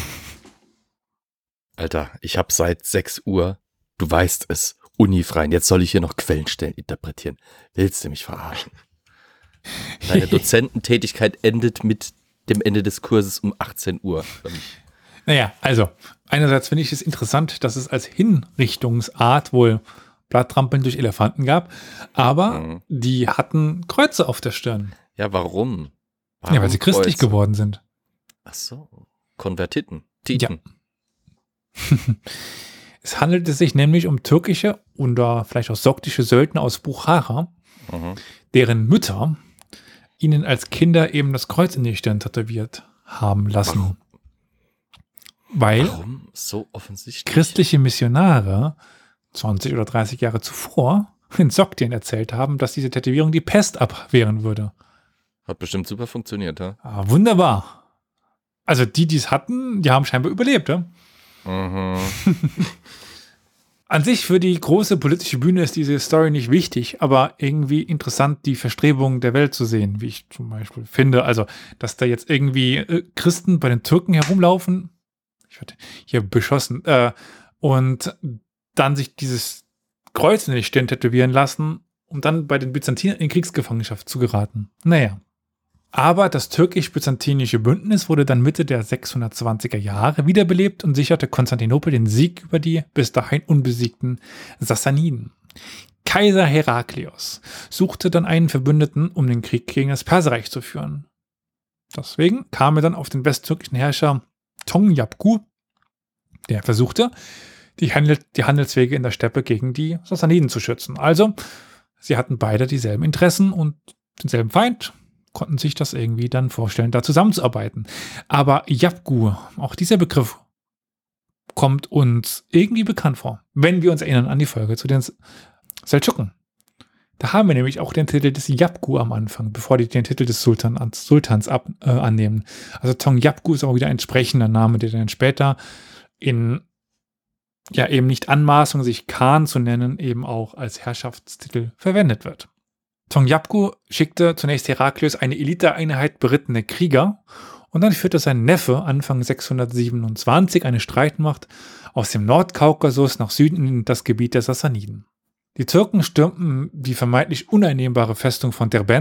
S2: Alter, ich habe seit 6 Uhr, du weißt es, unifrei. Und jetzt soll ich hier noch Quellenstellen interpretieren. Willst du mich verarschen? Deine Dozententätigkeit endet mit dem Ende des Kurses um 18 Uhr.
S1: Naja, also, einerseits finde ich es interessant, dass es als Hinrichtungsart wohl Blattrampeln durch Elefanten gab, aber die hatten Kreuze auf der Stirn.
S2: Ja, warum?
S1: Ja, weil sie christlich
S2: Kreuze?
S1: geworden sind.
S2: Ach so, Konvertiten. Titen.
S1: Ja. Es handelte sich nämlich um türkische oder vielleicht auch sogdische Söldner aus Buchara, deren Mütter ihnen als Kinder eben das Kreuz in die Stirn tätowiert haben lassen.
S2: Warum so offensichtlich?
S1: Christliche Missionare 20 oder 30 Jahre zuvor in Sogdien erzählt haben, dass diese Tätowierung die Pest abwehren würde.
S2: Hat bestimmt super funktioniert, ja?
S1: Ah, wunderbar. Also die es hatten, die haben scheinbar überlebt, ja? An sich für die große politische Bühne ist diese Story nicht wichtig, aber irgendwie interessant, die Verstrebungen der Welt zu sehen, wie ich zum Beispiel finde. Also, dass da jetzt irgendwie Christen bei den Türken herumlaufen, ich werde hier beschossen, und dann sich dieses Kreuz in die Stirn tätowieren lassen, um dann bei den Byzantinern in Kriegsgefangenschaft zu geraten. Naja. Aber das türkisch-byzantinische Bündnis wurde dann Mitte der 620er Jahre wiederbelebt und sicherte Konstantinopel den Sieg über die bis dahin unbesiegten Sassaniden. Kaiser Heraklios suchte dann einen Verbündeten, um den Krieg gegen das Perserreich zu führen. Deswegen kam er dann auf den westtürkischen Herrscher Tongyapgu, der versuchte, die Handelswege in der Steppe gegen die Sassaniden zu schützen. Also, sie hatten beide dieselben Interessen und denselben Feind, konnten sich das irgendwie dann vorstellen, da zusammenzuarbeiten. Aber Yapgu, auch dieser Begriff, kommt uns irgendwie bekannt vor, wenn wir uns erinnern an die Folge zu den Seldschuken. Da haben wir nämlich auch den Titel des Yapgu am Anfang, bevor die den Titel des Sultans annehmen. Also Tongyapgu ist auch wieder ein entsprechender Name, der dann später in eben nicht Anmaßung, sich Khan zu nennen, eben auch als Herrschaftstitel verwendet wird. Tongyapgu schickte zunächst Heraklios eine Eliteeinheit berittene Krieger und dann führte sein Neffe Anfang 627 eine Streitmacht aus dem Nordkaukasus nach Süden in das Gebiet der Sassaniden. Die Türken stürmten die vermeintlich uneinnehmbare Festung von Derbent,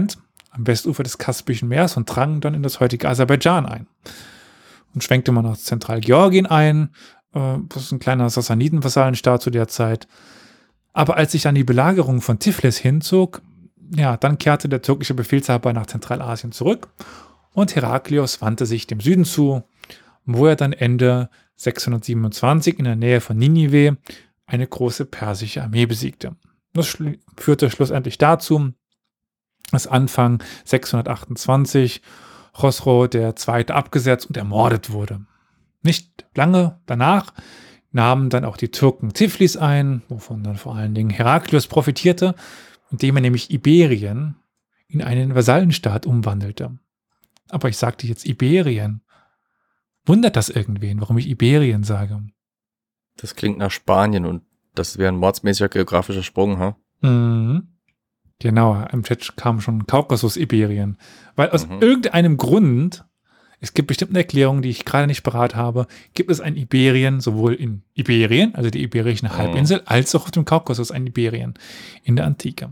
S1: am Westufer des Kaspischen Meeres und drangen dann in das heutige Aserbaidschan ein. Und schwenkte man nach Zentralgeorgien ein, das ist ein kleiner Sassanidenvasallenstaat zu der Zeit. Aber als sich dann die Belagerung von Tiflis hinzog, ja, dann kehrte der türkische Befehlshaber nach Zentralasien zurück und Heraklios wandte sich dem Süden zu, wo er dann Ende 627 in der Nähe von Ninive eine große persische Armee besiegte. Das führte schlussendlich dazu, dass Anfang 628 Chosro II. Abgesetzt und ermordet wurde. Nicht lange danach nahmen dann auch die Türken Tiflis ein, wovon dann vor allen Dingen Heraklios profitierte, indem er nämlich Iberien in einen Vasallenstaat umwandelte. Aber ich sagte jetzt Iberien. Wundert das irgendwen, warum ich Iberien sage?
S2: Das klingt nach Spanien und das wäre ein mordsmäßiger geografischer Sprung, ha?
S1: Mhm. Genau, im Chat kam schon Kaukasus, Iberien. Weil aus irgendeinem Grund, es gibt bestimmt eine Erklärung, die ich gerade nicht parat habe, gibt es ein Iberien sowohl in Iberien, also die iberische Halbinsel, als auch auf dem Kaukasus ein Iberien in der Antike.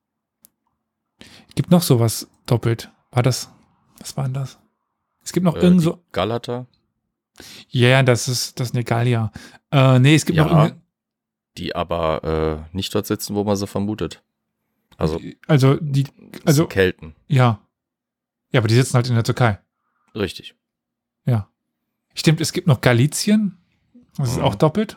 S1: Es gibt noch sowas doppelt. Was war denn das? Es gibt noch irgend so...
S2: Galata?
S1: Ja, das ist eine Gallia. Nee, es gibt noch irgendwie...
S2: Die aber nicht dort sitzen, wo man sie vermutet. Also
S1: Kelten. Ja. Ja, aber die sitzen halt in der Türkei.
S2: Richtig.
S1: Ja. Stimmt, es gibt noch Galizien. Das ist auch doppelt.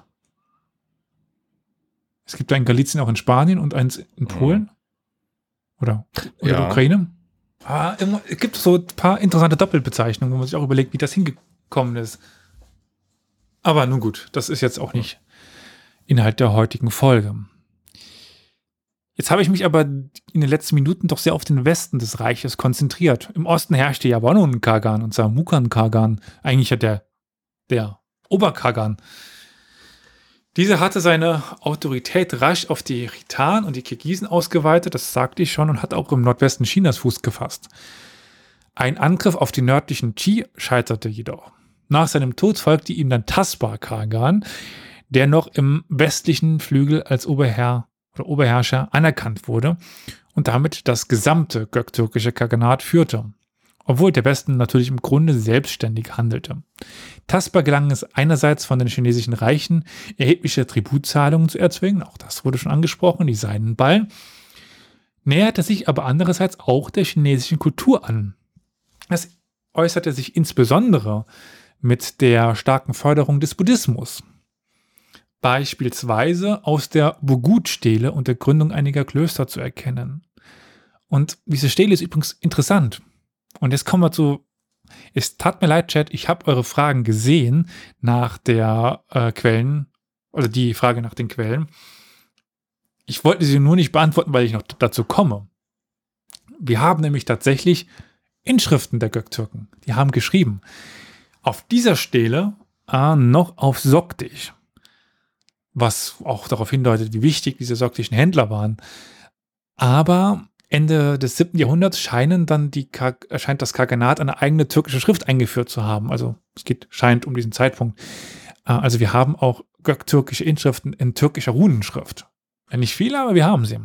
S1: Es gibt ein Galizien auch in Spanien und eins in Polen. Oder der Ukraine. Es gibt so ein paar interessante Doppelbezeichnungen, wo man sich auch überlegt, wie das hingekommen ist. Aber nun gut, das ist jetzt auch nicht Inhalt der heutigen Folge. Jetzt habe ich mich aber in den letzten Minuten doch sehr auf den Westen des Reiches konzentriert. Im Osten herrschte ja Banu-Kagan und Samukan-Kagan. Eigentlich ja der Oberkagan. Dieser hatte seine Autorität rasch auf die Khitan und die Kirgisen ausgeweitet, das sagte ich schon, und hat auch im Nordwesten Chinas Fuß gefasst. Ein Angriff auf die nördlichen Qi scheiterte jedoch. Nach seinem Tod folgte ihm dann Taspar-Kagan, der noch im westlichen Flügel als Oberherrscher anerkannt wurde und damit das gesamte göktürkische Kaganat führte, obwohl der Westen natürlich im Grunde selbstständig handelte. Taspar gelang es einerseits von den chinesischen Reichen erhebliche Tributzahlungen zu erzwingen, auch das wurde schon angesprochen, die Seidenballen, näherte sich aber andererseits auch der chinesischen Kultur an. Das äußerte sich insbesondere mit der starken Förderung des Buddhismus. Beispielsweise aus der Bogut-Stele und der Gründung einiger Klöster zu erkennen. Und diese Stele ist übrigens interessant. Und jetzt kommen wir zu, es tat mir leid, Chat, ich habe eure Fragen gesehen nach der Quellen, oder die Frage nach den Quellen. Ich wollte sie nur nicht beantworten, weil ich noch dazu komme. Wir haben nämlich tatsächlich Inschriften der Göktürken. Die haben geschrieben, auf dieser Stele noch auf Sogdisch. Was auch darauf hindeutet, wie wichtig diese sogdischen Händler waren. Aber Ende des 7. Jahrhunderts scheint das Kaganat eine eigene türkische Schrift eingeführt zu haben. Also es scheint um diesen Zeitpunkt. Also wir haben auch göktürkische Inschriften in türkischer Runenschrift. Nicht viele, aber wir haben sie.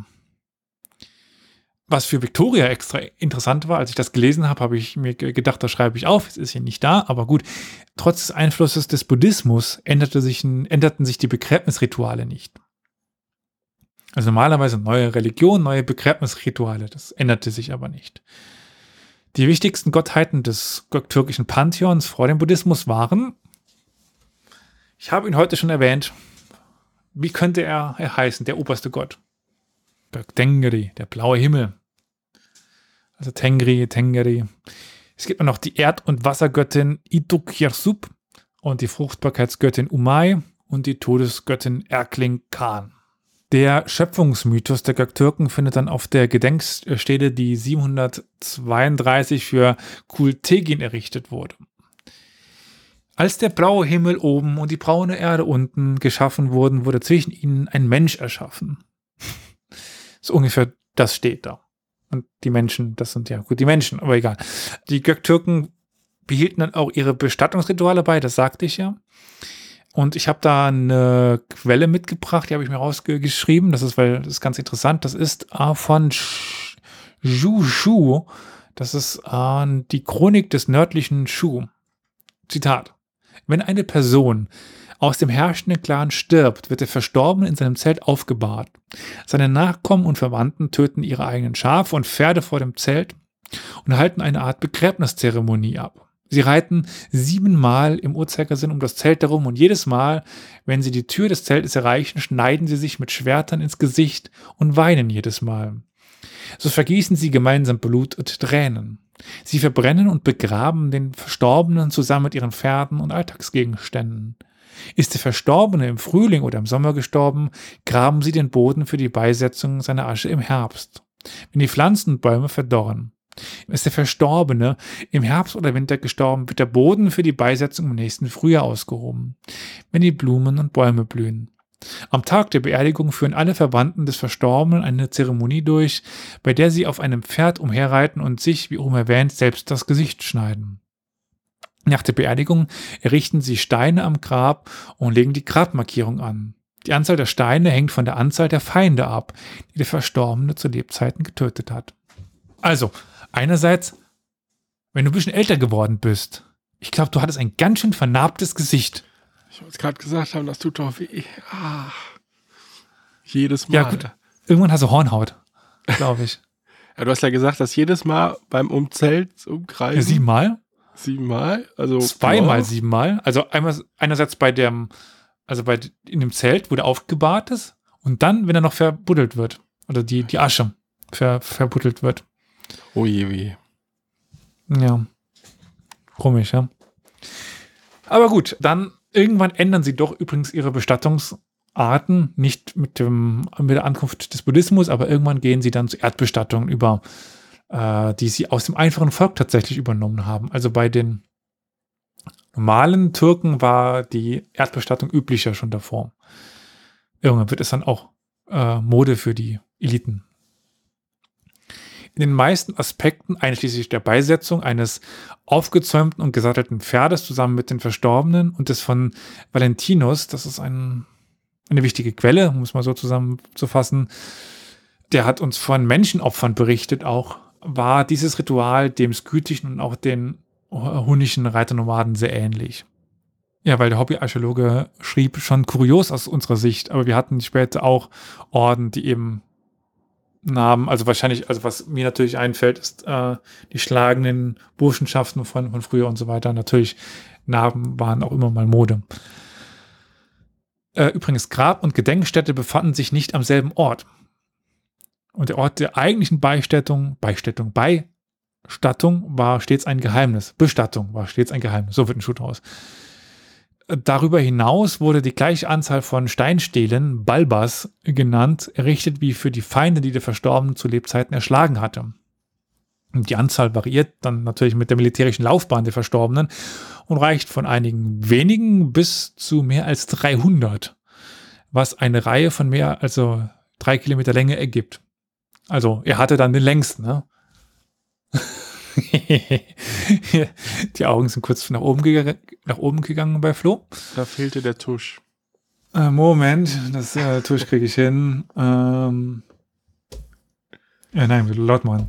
S1: Was für Victoria extra interessant war, als ich das gelesen habe, habe ich mir gedacht, das schreibe ich auf, es ist hier nicht da, aber gut. Trotz des Einflusses des Buddhismus änderten sich die Begräbnisrituale nicht. Also normalerweise neue Religion, neue Begräbnisrituale, das änderte sich aber nicht. Die wichtigsten Gottheiten des göktürkischen Pantheons vor dem Buddhismus waren, ich habe ihn heute schon erwähnt, wie könnte er heißen, der oberste Gott? Tengri, der blaue Himmel. Also Tengri. Es gibt noch die Erd- und Wassergöttin Itukjersup und die Fruchtbarkeitsgöttin Umay und die Todesgöttin Erkling Khan. Der Schöpfungsmythos der Göktürken findet dann auf der Gedenkstele, die 732 für Kultegin errichtet wurde. Als der blaue Himmel oben und die braune Erde unten geschaffen wurden, wurde zwischen ihnen ein Mensch erschaffen. So ungefähr das steht da. Und die Menschen, das sind ja gut die Menschen, aber egal. Die Göktürken behielten dann auch ihre Bestattungsrituale bei, das sagte ich ja. Und ich habe da eine Quelle mitgebracht, die habe ich mir rausgeschrieben. Das ist ganz interessant. Das ist von Zhu Shu. Das ist die Chronik des nördlichen Shu. Zitat. Wenn eine Person aus dem herrschenden Clan stirbt, wird der Verstorbene in seinem Zelt aufgebahrt. Seine Nachkommen und Verwandten töten ihre eigenen Schafe und Pferde vor dem Zelt und halten eine Art Begräbniszeremonie ab. Sie reiten 7-mal im Uhrzeigersinn um das Zelt herum und jedes Mal, wenn sie die Tür des Zeltes erreichen, schneiden sie sich mit Schwertern ins Gesicht und weinen jedes Mal. So vergießen sie gemeinsam Blut und Tränen. Sie verbrennen und begraben den Verstorbenen zusammen mit ihren Pferden und Alltagsgegenständen. Ist der Verstorbene im Frühling oder im Sommer gestorben, graben sie den Boden für die Beisetzung seiner Asche im Herbst, wenn die Pflanzen und Bäume verdorren. Ist der Verstorbene im Herbst oder Winter gestorben, wird der Boden für die Beisetzung im nächsten Frühjahr ausgehoben, wenn die Blumen und Bäume blühen. Am Tag der Beerdigung führen alle Verwandten des Verstorbenen eine Zeremonie durch, bei der sie auf einem Pferd umherreiten und sich, wie oben erwähnt, selbst das Gesicht schneiden. Nach der Beerdigung errichten sie Steine am Grab und legen die Grabmarkierung an. Die Anzahl der Steine hängt von der Anzahl der Feinde ab, die der Verstorbene zu Lebzeiten getötet hat. Also, einerseits, wenn du ein bisschen älter geworden bist, ich glaube, du hattest ein ganz schön vernarbtes Gesicht.
S3: Ich wollte es gerade gesagt haben, das tut doch weh. Jedes Mal.
S1: Ja gut, irgendwann hast du Hornhaut, glaube ich.
S3: Ja, du hast ja gesagt, dass jedes Mal beim Umkreisen.
S1: Ja, 7 Mal?
S3: 7 Mal? Also
S1: 2-mal 7 Mal. Also einerseits in dem Zelt, wo der aufgebahrt ist und dann, wenn er noch verbuddelt wird. Oder die Asche verbuddelt wird.
S3: Oh je weh.
S1: Ja. Komisch, ja. Aber gut, dann irgendwann ändern sie doch übrigens ihre Bestattungsarten, nicht mit der Ankunft des Buddhismus, aber irgendwann gehen sie dann zu Erdbestattungen über, die sie aus dem einfachen Volk tatsächlich übernommen haben. Also bei den normalen Türken war die Erdbestattung üblicher schon davor. Irgendwann wird es dann auch Mode für die Eliten. In den meisten Aspekten, einschließlich der Beisetzung eines aufgezäumten und gesattelten Pferdes zusammen mit den Verstorbenen und des von Valentinus, das ist eine wichtige Quelle, um es mal so zusammenzufassen, der hat uns von Menschenopfern berichtet auch, war dieses Ritual dem skythischen und auch den hunnischen Reiternomaden sehr ähnlich. Ja, weil der Hobbyarchäologe schrieb schon kurios aus unserer Sicht, aber wir hatten später auch Orden, die eben Namen, also wahrscheinlich, also was mir natürlich einfällt, ist die schlagenden Burschenschaften von früher und so weiter. Natürlich, Namen waren auch immer mal Mode. Übrigens, Grab- und Gedenkstätte befanden sich nicht am selben Ort. Und der Ort der eigentlichen Beistattung war stets ein Geheimnis. Bestattung war stets ein Geheimnis. So wird ein Schuh draus. Darüber hinaus wurde die gleiche Anzahl von Steinstelen, Balbas genannt, errichtet wie für die Feinde, die der Verstorbene zu Lebzeiten erschlagen hatte. Und die Anzahl variiert dann natürlich mit der militärischen Laufbahn der Verstorbenen und reicht von einigen wenigen bis zu mehr als 300, was eine Reihe von mehr als 3 Kilometer Länge ergibt. Also er hatte dann den längsten, ne? Die Augen sind kurz nach oben gegangen bei Flo.
S3: Da fehlte der Tusch.
S1: Moment, das Tusch kriege ich hin. Ja, nein, laut machen.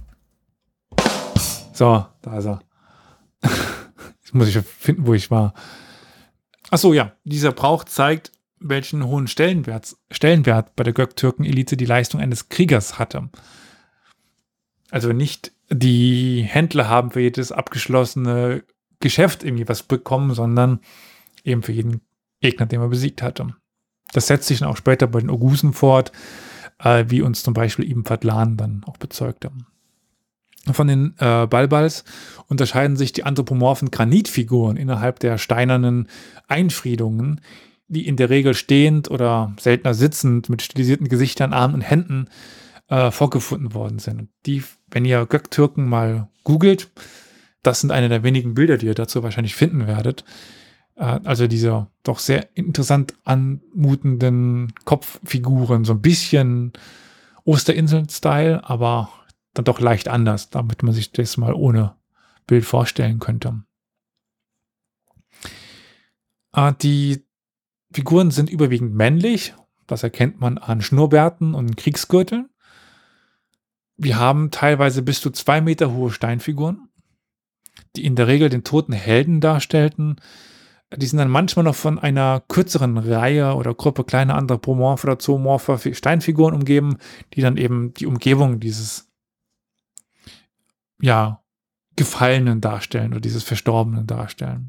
S1: So, da ist er. Jetzt muss ich finden, wo ich war. Achso, ja, dieser Brauch zeigt, welchen hohen Stellenwert bei der Göktürken-Elite die Leistung eines Kriegers hatte. Also nicht die Händler haben für jedes abgeschlossene Geschäft irgendwie was bekommen, sondern eben für jeden Gegner, den man besiegt hatte. Das setzt sich dann auch später bei den Ogusen fort, wie uns zum Beispiel Ibn Fadlan dann auch bezeugte. Von den Balbals unterscheiden sich die anthropomorphen Granitfiguren innerhalb der steinernen Einfriedungen, die in der Regel stehend oder seltener sitzend mit stilisierten Gesichtern, Armen und Händen vorgefunden worden sind. Und die, wenn ihr Göktürken mal googelt, das sind eine der wenigen Bilder, die ihr dazu wahrscheinlich finden werdet. Also diese doch sehr interessant anmutenden Kopffiguren, so ein bisschen Osterinsel-Style, aber dann doch leicht anders, damit man sich das mal ohne Bild vorstellen könnte. Die Figuren sind überwiegend männlich, das erkennt man an Schnurrbärten und Kriegsgürteln. Wir haben teilweise bis zu 2 Meter hohe Steinfiguren, die in der Regel den toten Helden darstellten. Die sind dann manchmal noch von einer kürzeren Reihe oder Gruppe kleiner anthropomorpher oder zoomorpher Steinfiguren umgeben, die dann eben die Umgebung dieses Gefallenen darstellen oder dieses Verstorbenen darstellen.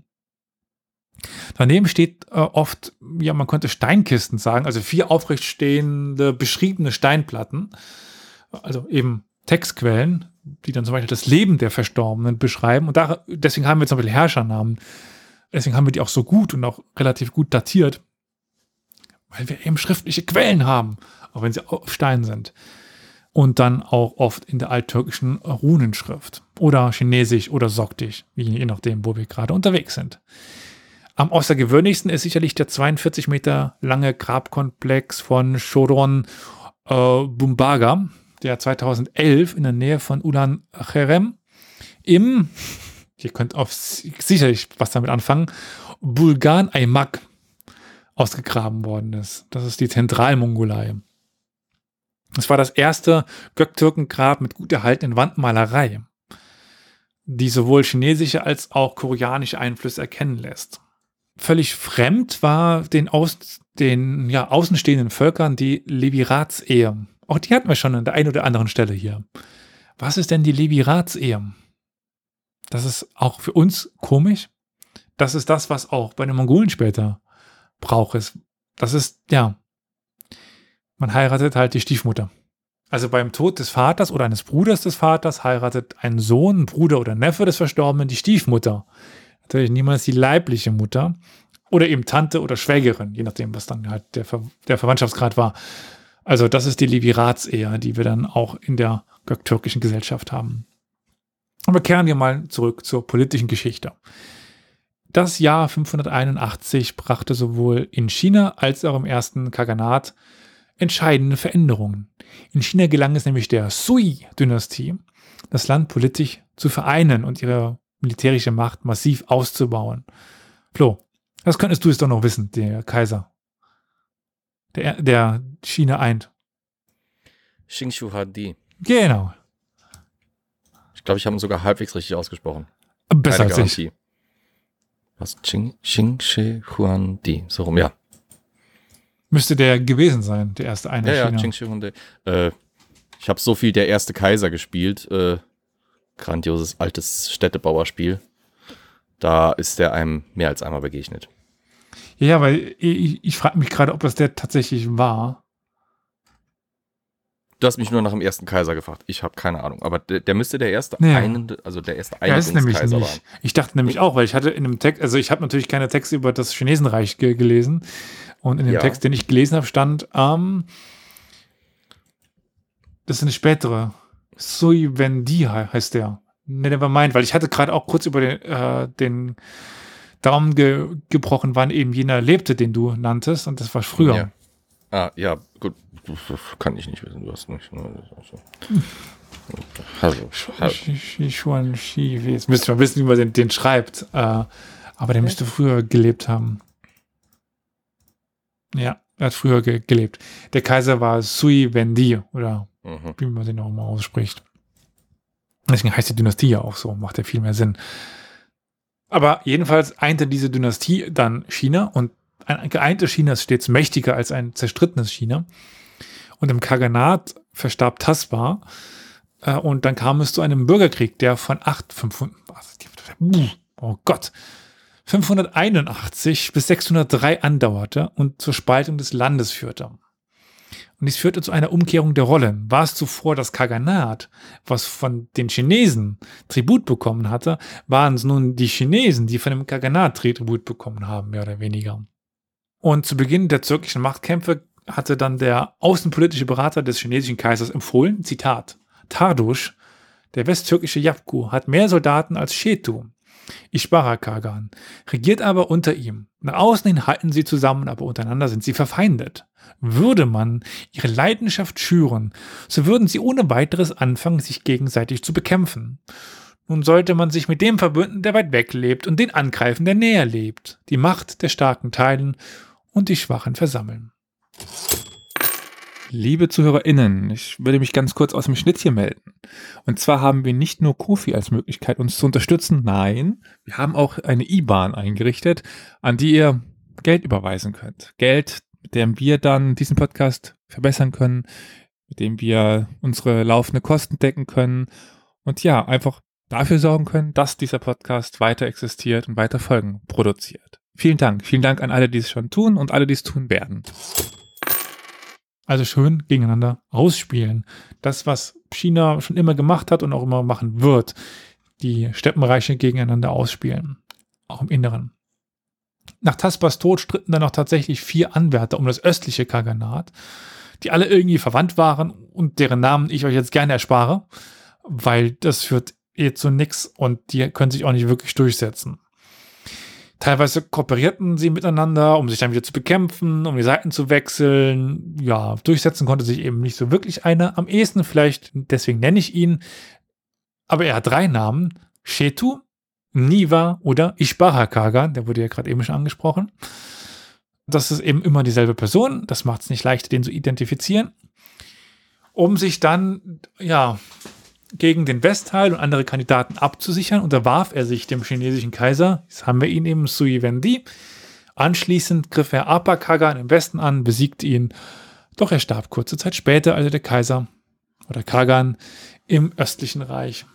S1: Daneben steht oft, man könnte Steinkisten sagen, also 4 aufrecht stehende, beschriebene Steinplatten, also eben Textquellen, die dann zum Beispiel das Leben der Verstorbenen beschreiben. Und deswegen haben wir zum Beispiel Herrschernamen. Deswegen haben wir die auch so gut und auch relativ gut datiert, weil wir eben schriftliche Quellen haben, auch wenn sie auf Stein sind. Und dann auch oft in der alttürkischen Runenschrift oder Chinesisch oder Sogdisch, je nachdem, wo wir gerade unterwegs sind. Am außergewöhnlichsten ist sicherlich der 42 Meter lange Grabkomplex von Shoron Bumbaga, der 2011 in der Nähe von Ulan Cherem ihr könnt sicherlich was damit anfangen, Bulgan Aymak ausgegraben worden ist. Das ist die Zentralmongolei. Es war das erste Göktürkengrab mit gut erhaltenen Wandmalerei, die sowohl chinesische als auch koreanische Einflüsse erkennen lässt. Völlig fremd war den außenstehenden Völkern die Levirats-Ehe. Auch die hatten wir schon an der einen oder anderen Stelle hier. Was ist denn die Levirats-Ehe? Das ist auch für uns komisch. Das ist das, was auch bei den Mongolen später Brauch ist. Das ist, man heiratet halt die Stiefmutter. Also beim Tod des Vaters oder eines Bruders des Vaters heiratet ein Sohn, Bruder oder Neffe des Verstorbenen die Stiefmutter. Natürlich niemals die leibliche Mutter oder eben Tante oder Schwägerin, je nachdem, was dann halt der Verwandtschaftsgrad war. Also das ist die Levirats-Ehe, die wir dann auch in der göktürkischen Gesellschaft haben. Aber kehren wir mal zurück zur politischen Geschichte. Das Jahr 581 brachte sowohl in China als auch im ersten Kaganat entscheidende Veränderungen. In China gelang es nämlich der Sui-Dynastie, das Land politisch zu vereinen und ihre militärische Macht massiv auszubauen. Flo, das könntest du es doch noch wissen, der Kaiser, der China eint.
S2: Xing Shu Hadi.
S1: Genau.
S2: Ich glaube, ich habe ihn sogar halbwegs richtig ausgesprochen.
S1: Besser als ich.
S2: Was? Xing Shi Huan Di. So rum, ja.
S1: Müsste der gewesen sein, der erste eine China.
S2: Ja, Xing Shi Huan Di. Ich habe so viel der erste Kaiser gespielt. Grandioses, altes Städtebauerspiel. Da ist der einem mehr als einmal begegnet.
S1: Ja, weil ich frage mich gerade, ob das der tatsächlich war.
S2: Du hast mich nur nach dem ersten Kaiser gefragt. Ich habe keine Ahnung. Aber der müsste der erste
S1: der
S2: erste
S1: Einigungskaiser war. Ich dachte nämlich auch, weil ich hatte in einem Text, also ich habe natürlich keine Texte über das Chinesenreich gelesen. Und in dem Text, den ich gelesen habe, stand, das ist eine spätere. Sui Wendi heißt der. Nevermind, weil ich hatte gerade auch kurz über den Daumen gebrochen, wann eben jener lebte, den du nanntest. Und das war früher.
S2: Ja. Ja, gut. Das kann ich nicht wissen. Du hast nicht.
S1: Jetzt müsste man wissen, wie man den schreibt. Aber der müsste früher gelebt haben. Ja, er hat früher gelebt. Der Kaiser war Sui Wendi oder wie man den auch mal ausspricht. Deswegen heißt die Dynastie ja auch so. Macht ja viel mehr Sinn. Aber jedenfalls einte diese Dynastie dann China und ein geeintes China ist stets mächtiger als ein zerstrittenes China. Und im Kaganat verstarb Tasba und dann kam es zu einem Bürgerkrieg, der von 581 bis 603 andauerte und zur Spaltung des Landes führte. Und dies führte zu einer Umkehrung der Rollen. War es zuvor das Kaganat, was von den Chinesen Tribut bekommen hatte, waren es nun die Chinesen, die von dem Kaganat Tribut bekommen haben, mehr oder weniger. Und zu Beginn der türkischen Machtkämpfe hatte dann der außenpolitische Berater des chinesischen Kaisers empfohlen, Zitat, Tardusch, der westtürkische Yapku, hat mehr Soldaten als Chetu, Ishbara Kagan, regiert aber unter ihm. Nach außen hin halten sie zusammen, aber untereinander sind sie verfeindet. Würde man ihre Leidenschaft schüren, so würden sie ohne weiteres anfangen, sich gegenseitig zu bekämpfen. Nun sollte man sich mit dem verbünden, der weit weg lebt, und den angreifen, der näher lebt, die Macht der Starken teilen und die Schwachen versammeln. Liebe ZuhörerInnen, ich würde mich ganz kurz aus dem Schnitt hier melden. Und zwar haben wir nicht nur Ko-fi als Möglichkeit, uns zu unterstützen. Nein, wir haben auch eine IBAN eingerichtet, an die ihr Geld überweisen könnt. Geld, mit dem wir dann diesen Podcast verbessern können, mit dem wir unsere laufenden Kosten decken können und ja, einfach dafür sorgen können, dass dieser Podcast weiter existiert und weiter Folgen produziert. Vielen Dank. Vielen Dank an alle, die es schon tun und alle, die es tun werden. Also schön gegeneinander ausspielen. Das, was China schon immer gemacht hat und auch immer machen wird. Die Steppenreiche gegeneinander ausspielen. Auch im Inneren. Nach Taspers Tod stritten dann noch tatsächlich 4 Anwärter um das östliche Kaganat, die alle irgendwie verwandt waren und deren Namen ich euch jetzt gerne erspare, weil das führt zu nix und die können sich auch nicht wirklich durchsetzen. Teilweise kooperierten sie miteinander, um sich dann wieder zu bekämpfen, um die Seiten zu wechseln. Ja, durchsetzen konnte sich eben nicht so wirklich einer. Am ehesten vielleicht, deswegen nenne ich ihn, aber er hat 3 Namen. Chetu, Niwa oder Ishbara Kagan, der wurde ja gerade eben schon angesprochen. Das ist eben immer dieselbe Person, das macht es nicht leichter, den zu identifizieren. Um sich dann, ja, gegen den Westteil und andere Kandidaten abzusichern, unterwarf er sich dem chinesischen Kaiser. Jetzt haben wir ihn eben, Sui Wendi. Anschließend griff er Apa Kagan im Westen an, besiegte ihn. Doch er starb kurze Zeit später, also der Kaiser oder Kagan im östlichen Reich.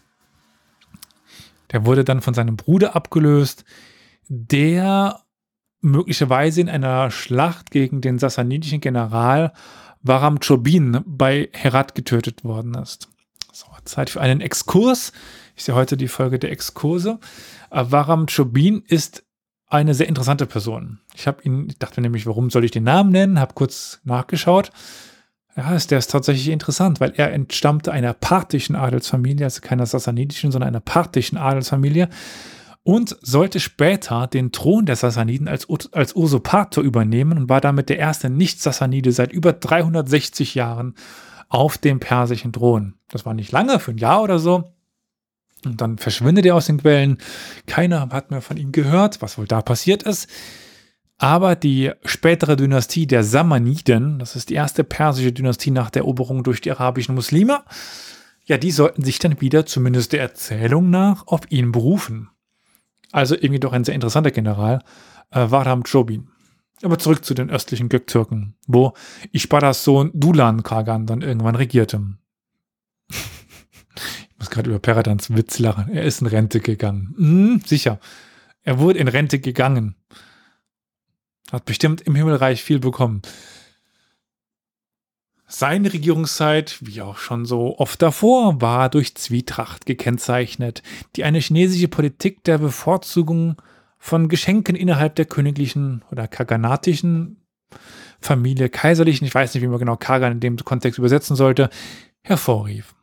S1: Der wurde dann von seinem Bruder abgelöst, der möglicherweise in einer Schlacht gegen den sassanidischen General Bahram Chobin bei Herat getötet worden ist. So, Zeit für einen Exkurs. Ist ja heute die Folge der Exkurse. Bahram Chobin ist eine sehr interessante Person. Ich dachte nämlich, warum soll ich den Namen nennen? Habe kurz nachgeschaut. Ja, der ist tatsächlich interessant, weil er entstammte einer parthischen Adelsfamilie, also keiner sassanidischen, sondern einer parthischen Adelsfamilie und sollte später den Thron der Sassaniden als Usurpator übernehmen und war damit der erste Nicht-Sassanide seit über 360 Jahren auf dem persischen Thron. Das war nicht lange, für ein Jahr oder so. Und dann verschwindet er aus den Quellen. Keiner hat mehr von ihm gehört, was wohl da passiert ist. Aber die spätere Dynastie der Samaniden, das ist die erste persische Dynastie nach der Eroberung durch die arabischen Muslime, ja, die sollten sich dann wieder, zumindest der Erzählung nach, auf ihn berufen. Also irgendwie doch ein sehr interessanter General, Bahram Chobin. Aber zurück zu den östlichen Göktürken, wo Ishbaras Sohn Dulan Kagan dann irgendwann regierte. Ich muss gerade über Peradans Witz lachen. Er ist in Rente gegangen. Sicher. Er wurde in Rente gegangen. Hat bestimmt im Himmelreich viel bekommen. Seine Regierungszeit, wie auch schon so oft davor, war durch Zwietracht gekennzeichnet, die eine chinesische Politik der Bevorzugung von Geschenken innerhalb der königlichen oder kaganatischen Familie, kaiserlichen, ich weiß nicht, wie man genau Kagan in dem Kontext übersetzen sollte, hervorrief.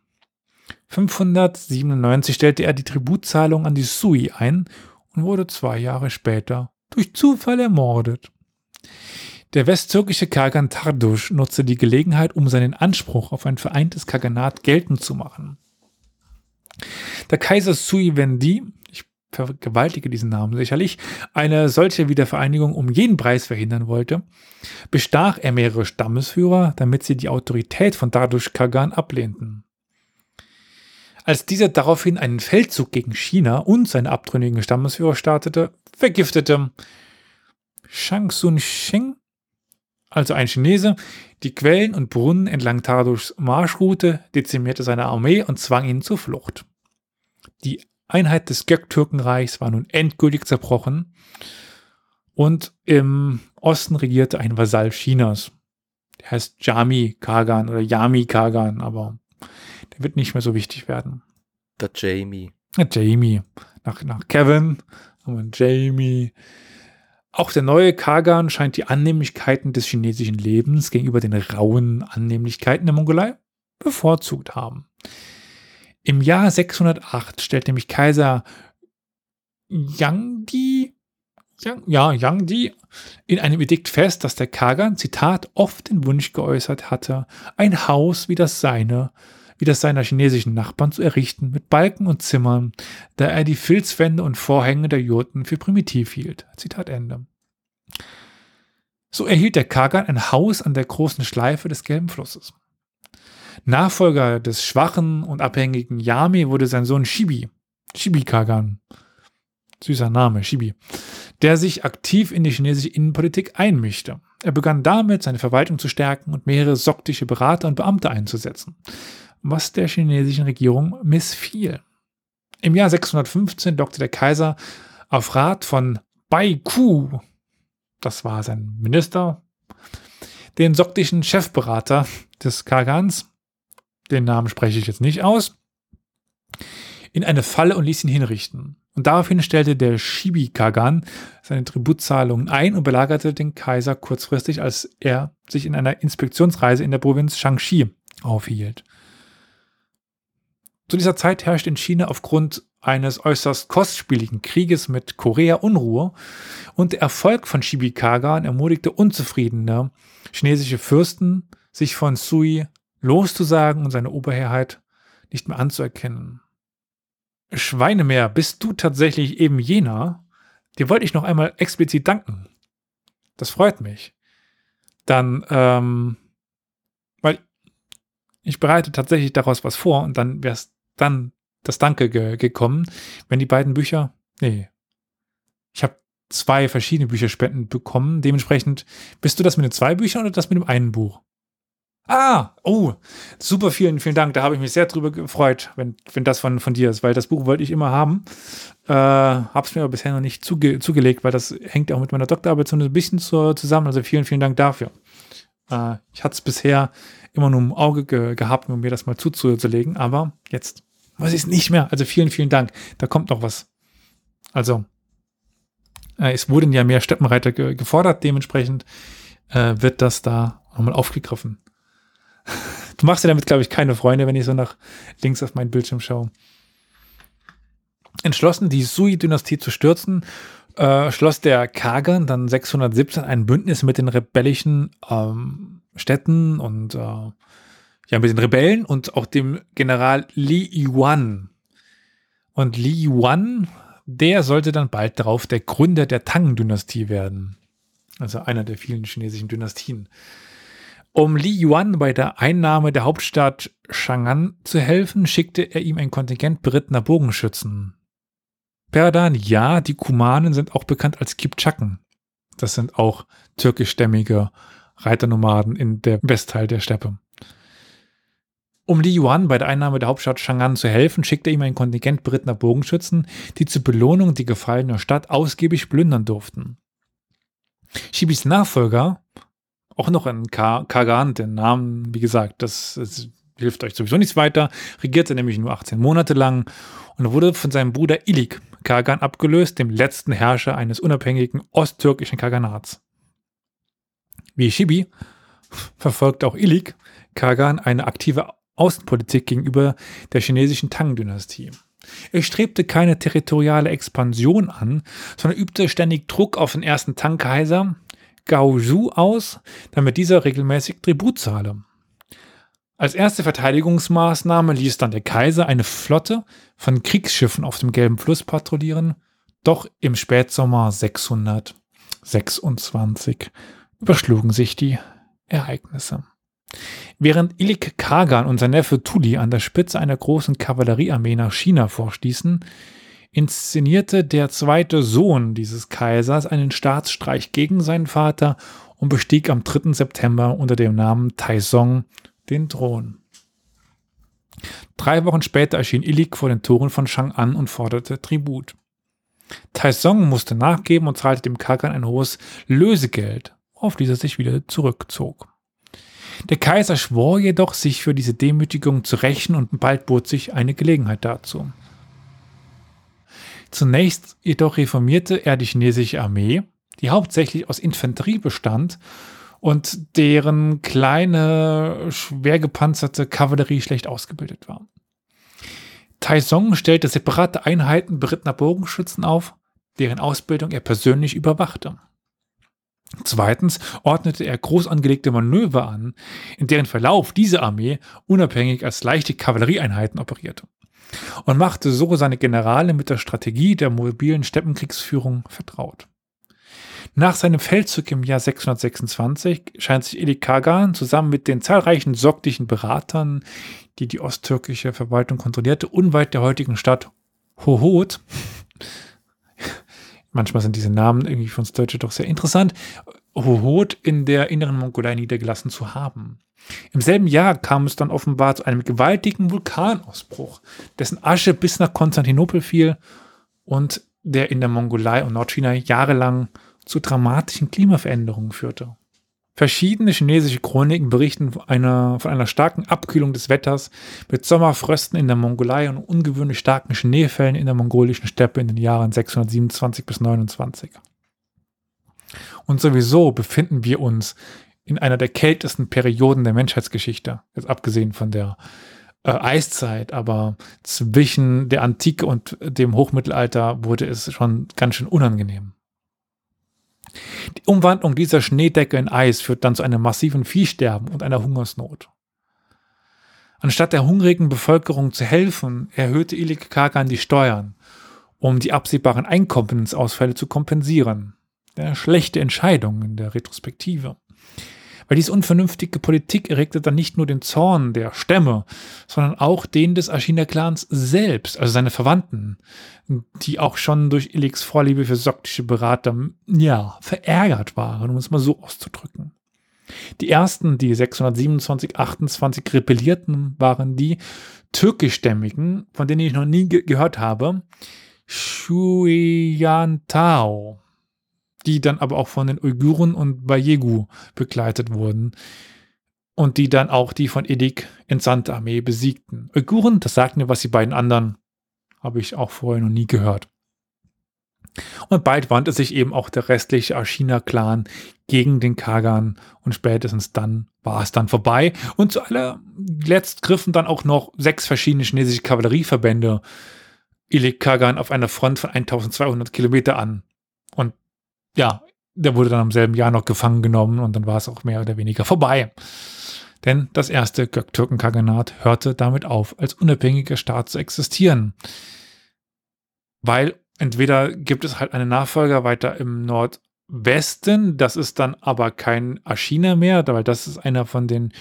S1: 597 stellte er die Tributzahlung an die Sui ein und wurde 2 Jahre später durch Zufall ermordet. Der westtürkische Kagan Tardusch nutzte die Gelegenheit, um seinen Anspruch auf ein vereintes Kaganat geltend zu machen. Der Kaiser Sui Wendi, ich vergewaltige diesen Namen sicherlich, eine solche Wiedervereinigung um jeden Preis verhindern wollte, bestach er mehrere Stammesführer, damit sie die Autorität von Tardusch Kagan ablehnten. Als dieser daraufhin einen Feldzug gegen China und seine abtrünnigen Stammesführer startete, vergiftete Shang Sun Sheng, also ein Chinese, die Quellen und Brunnen entlang Tarduschs Marschroute, dezimierte seine Armee und zwang ihn zur Flucht. Die Einheit des Göktürkenreichs war nun endgültig zerbrochen und im Osten regierte ein Vasall Chinas. Der heißt Jami Kagan oder Yami Kagan, aber der wird nicht mehr so wichtig werden.
S2: Der Jamie.
S1: Jamie. Nach Kevin haben wir Jamie. Auch der neue Kagan scheint die Annehmlichkeiten des chinesischen Lebens gegenüber den rauen Annehmlichkeiten der Mongolei bevorzugt haben. Im Jahr 608 stellt nämlich Kaiser Yangdi in einem Edikt fest, dass der Kagan, Zitat, oft den Wunsch geäußert hatte, ein Haus wie das seiner chinesischen Nachbarn zu errichten, mit Balken und Zimmern, da er die Filzwände und Vorhänge der Jurten für primitiv hielt. Zitat Ende. So erhielt der Kagan ein Haus an der großen Schleife des Gelben Flusses. Nachfolger des schwachen und abhängigen Yami wurde sein Sohn Shibi Kagan, süßer Name, Shibi, der sich aktiv in die chinesische Innenpolitik einmischte. Er begann damit, seine Verwaltung zu stärken und mehrere sogdische Berater und Beamte einzusetzen, was der chinesischen Regierung missfiel. Im Jahr 615 lockte der Kaiser auf Rat von Bai Ku, das war sein Minister, den sogdischen Chefberater des Kagans, den Namen spreche ich jetzt nicht aus, in eine Falle und ließ ihn hinrichten. Und daraufhin stellte der Shibi-Kagan seine Tributzahlungen ein und belagerte den Kaiser kurzfristig, als er sich in einer Inspektionsreise in der Provinz Shaanxi aufhielt. Zu dieser Zeit herrschte in China aufgrund eines äußerst kostspieligen Krieges mit Korea Unruhe und der Erfolg von Shibi Kagan ermutigte unzufriedene chinesische Fürsten, sich von Sui loszusagen und seine Oberherrheit nicht mehr anzuerkennen. Schweinemeer, bist du tatsächlich eben jener? Dir wollte ich noch einmal explizit danken. Das freut mich. Dann, weil ich bereite tatsächlich daraus was vor und dann wäre es dann das Danke gekommen, wenn die beiden Bücher, ich habe 2 verschiedene Bücherspenden bekommen, dementsprechend, bist du das mit den 2 Büchern oder das mit dem einen Buch? Super, vielen Dank, da habe ich mich sehr drüber gefreut, wenn das von dir ist, weil das Buch wollte ich immer haben, habe es mir aber bisher noch nicht zugelegt, weil das hängt auch mit meiner Doktorarbeit so ein bisschen zusammen, also vielen Dank dafür. Ich hatte es bisher immer nur im Auge gehabt, um mir das mal zuzulegen, aber jetzt weiß ich es nicht mehr. Also vielen Dank. Da kommt noch was. Also, es wurden ja mehr Steppenreiter gefordert, dementsprechend wird das da nochmal aufgegriffen. Du machst dir damit, glaube ich, keine Freunde, wenn ich so nach links auf meinen Bildschirm schaue. Entschlossen, die Sui-Dynastie zu stürzen, schloss der Kagan dann 617 ein Bündnis mit den rebellischen Städten und mit den Rebellen und auch dem General Li Yuan. Und Li Yuan, der sollte dann bald darauf der Gründer der Tang-Dynastie werden. Also einer der vielen chinesischen Dynastien. Um Li Yuan bei der Einnahme der Hauptstadt Chang'an zu helfen, schickte er ihm ein Kontingent berittener Bogenschützen. Perdan, ja, die Kumanen sind auch bekannt als Kipchaken. Das sind auch türkischstämmige Reiternomaden in der Westteil der Steppe. Um Li Yuan bei der Einnahme der Hauptstadt Chang'an zu helfen, schickte er ihm ein Kontingent berittener Bogenschützen, die zur Belohnung die gefallene Stadt ausgiebig plündern durften. Shibis Nachfolger, auch noch ein Kagan, den Namen, wie gesagt, das hilft euch sowieso nichts weiter, regierte nämlich nur 18 Monate lang und wurde von seinem Bruder Ilik Kagan abgelöst, dem letzten Herrscher eines unabhängigen osttürkischen Kaganats. Wie Shibi verfolgte auch Ilik Kagan eine aktive Außenpolitik gegenüber der chinesischen Tang-Dynastie. Er strebte keine territoriale Expansion an, sondern übte ständig Druck auf den ersten Tang-Kaiser Gaozhou aus, damit dieser regelmäßig Tribut zahle. Als erste Verteidigungsmaßnahme ließ dann der Kaiser eine Flotte von Kriegsschiffen auf dem Gelben Fluss patrouillieren, doch im Spätsommer 626 überschlugen sich die Ereignisse. Während Ilik Kagan und sein Neffe Tuli an der Spitze einer großen Kavalleriearmee nach China vorstießen, inszenierte der zweite Sohn dieses Kaisers einen Staatsstreich gegen seinen Vater und bestieg am 3. September unter dem Namen Taizong den Thron. 3 Wochen später erschien Ilik vor den Toren von Chang'an und forderte Tribut. Taizong musste nachgeben und zahlte dem Kagan ein hohes Lösegeld, auf das er sich wieder zurückzog. Der Kaiser schwor jedoch, sich für diese Demütigung zu rächen und bald bot sich eine Gelegenheit dazu. Zunächst jedoch reformierte er die chinesische Armee, die hauptsächlich aus Infanterie bestand und deren kleine, schwer gepanzerte Kavallerie schlecht ausgebildet war. Taizong stellte separate Einheiten berittener Bogenschützen auf, deren Ausbildung er persönlich überwachte. Zweitens ordnete er groß angelegte Manöver an, in deren Verlauf diese Armee unabhängig als leichte Kavallerieeinheiten operierte und machte so seine Generale mit der Strategie der mobilen Steppenkriegsführung vertraut. Nach seinem Feldzug im Jahr 626 scheint sich Elik Kagan zusammen mit den zahlreichen sogdischen Beratern, die die osttürkische Verwaltung kontrollierte, unweit der heutigen Stadt Hohhot, manchmal sind diese Namen irgendwie für uns Deutsche doch sehr interessant, Hohhot in der inneren Mongolei niedergelassen zu haben. Im selben Jahr kam es dann offenbar zu einem gewaltigen Vulkanausbruch, dessen Asche bis nach Konstantinopel fiel und der in der Mongolei und Nordchina jahrelang zu dramatischen Klimaveränderungen führte. Verschiedene chinesische Chroniken berichten von einer starken Abkühlung des Wetters mit Sommerfrösten in der Mongolei und ungewöhnlich starken Schneefällen in der mongolischen Steppe in den Jahren 627 bis 29. Und sowieso befinden wir uns in einer der kältesten Perioden der Menschheitsgeschichte, jetzt abgesehen von der Eiszeit, aber zwischen der Antike und dem Hochmittelalter wurde es schon ganz schön unangenehm. Die Umwandlung dieser Schneedecke in Eis führt dann zu einem massiven Viehsterben und einer Hungersnot. Anstatt der hungrigen Bevölkerung zu helfen, erhöhte Elik Kagan die Steuern, um die absehbaren Einkommensausfälle zu kompensieren. Eine schlechte Entscheidung in der Retrospektive. Weil diese unvernünftige Politik erregte dann nicht nur den Zorn der Stämme, sondern auch den des Ashina-Clans selbst, also seine Verwandten, die auch schon durch Eliks Vorliebe für sogdische Berater, verärgert waren, um es mal so auszudrücken. Die ersten, die 627-28 rebellierten, waren die türkischstämmigen, von denen ich noch nie gehört habe, Shuiyantao, die dann aber auch von den Uiguren und Bayegu begleitet wurden und die dann auch die von Elik entsandte Armee besiegten. Uiguren, das sagt mir was, die beiden anderen habe ich auch vorher noch nie gehört. Und bald wandte sich eben auch der restliche Ashina-Clan gegen den Kagan und spätestens dann war es dann vorbei. Und zu allerletzt griffen dann auch noch 6 verschiedene chinesische Kavallerieverbände Elik Kagan auf einer Front von 1200 Kilometer an. Und ja, der wurde dann im selben Jahr noch gefangen genommen und dann war es auch mehr oder weniger vorbei. Denn das erste Göktürken-Kaganat hörte damit auf, als unabhängiger Staat zu existieren. Weil entweder gibt es halt einen Nachfolger weiter im Nordwesten, das ist dann aber kein Ashina mehr, weil das ist einer von den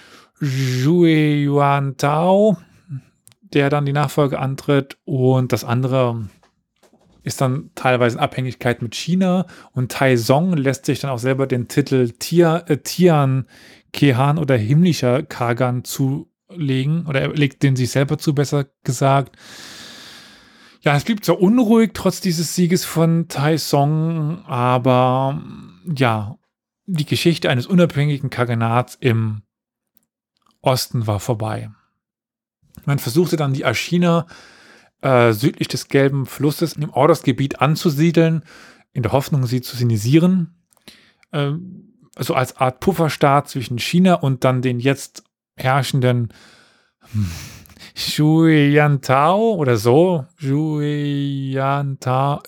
S1: Shuiyantao, der dann die Nachfolge antritt, und das andere ist dann teilweise in Abhängigkeit mit China, und Taizong lässt sich dann auch selber den Titel Tian Kehan oder himmlischer Kagan zulegen, oder er legt den sich selber zu, besser gesagt. Ja, es blieb zwar unruhig trotz dieses Sieges von Taizong, aber ja, die Geschichte eines unabhängigen Kaganats im Osten war vorbei. Man versuchte dann die Ashina südlich des Gelben Flusses im Ordos-Gebiet anzusiedeln, in der Hoffnung, sie zu sinisieren. Also als Art Pufferstaat zwischen China und dann den jetzt herrschenden Shuiyantao oder so, Shuiyantur,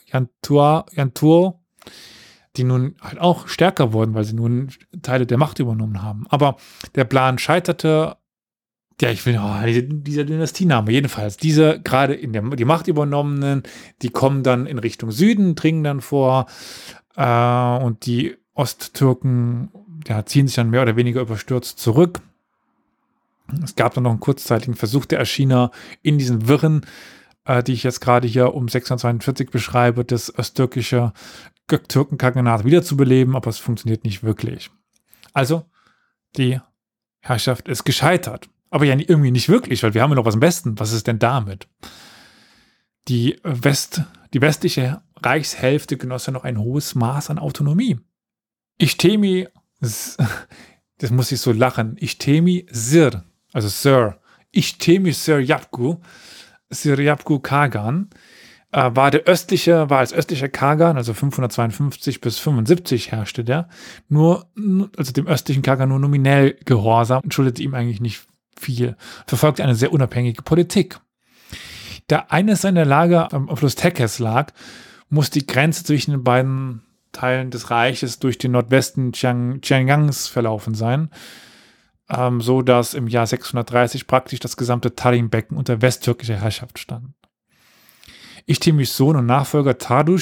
S1: die nun halt auch stärker wurden, weil sie nun Teile der Macht übernommen haben. Aber der Plan scheiterte. Ja, dieser Dynastiename, jedenfalls. Diese gerade die Macht übernommenen, die kommen dann in Richtung Süden, dringen dann vor, und die Osttürken ziehen sich dann mehr oder weniger überstürzt zurück. Es gab dann noch einen kurzzeitigen Versuch der Ashina in diesen Wirren, die ich jetzt gerade hier um 642 beschreibe, das osttürkische Göktürken-Kaganat wiederzubeleben, aber es funktioniert nicht wirklich. Also, die Herrschaft ist gescheitert. Aber ja irgendwie nicht wirklich, weil wir haben ja noch was im Westen. Was ist denn damit? Die westliche Reichshälfte genoss ja noch ein hohes Maß an Autonomie. Ishtemi, das muss ich so lachen, Ishtemi Sir, also Sir, Ishtemi Sir Yapgu Kagan, war als östlicher Kagan, also 552 bis 75 herrschte der, also dem östlichen Kagan nur nominell gehorsam und schuldete ihm eigentlich nicht viel, verfolgte eine sehr unabhängige Politik. Da eines seiner Lager am Fluss Tekes lag, muss die Grenze zwischen den beiden Teilen des Reiches durch den Nordwesten Xiangangs verlaufen sein, so dass im Jahr 630 praktisch das gesamte Tarim-Becken unter westtürkischer Herrschaft stand. Ichtemis Sohn und Nachfolger Tardusch,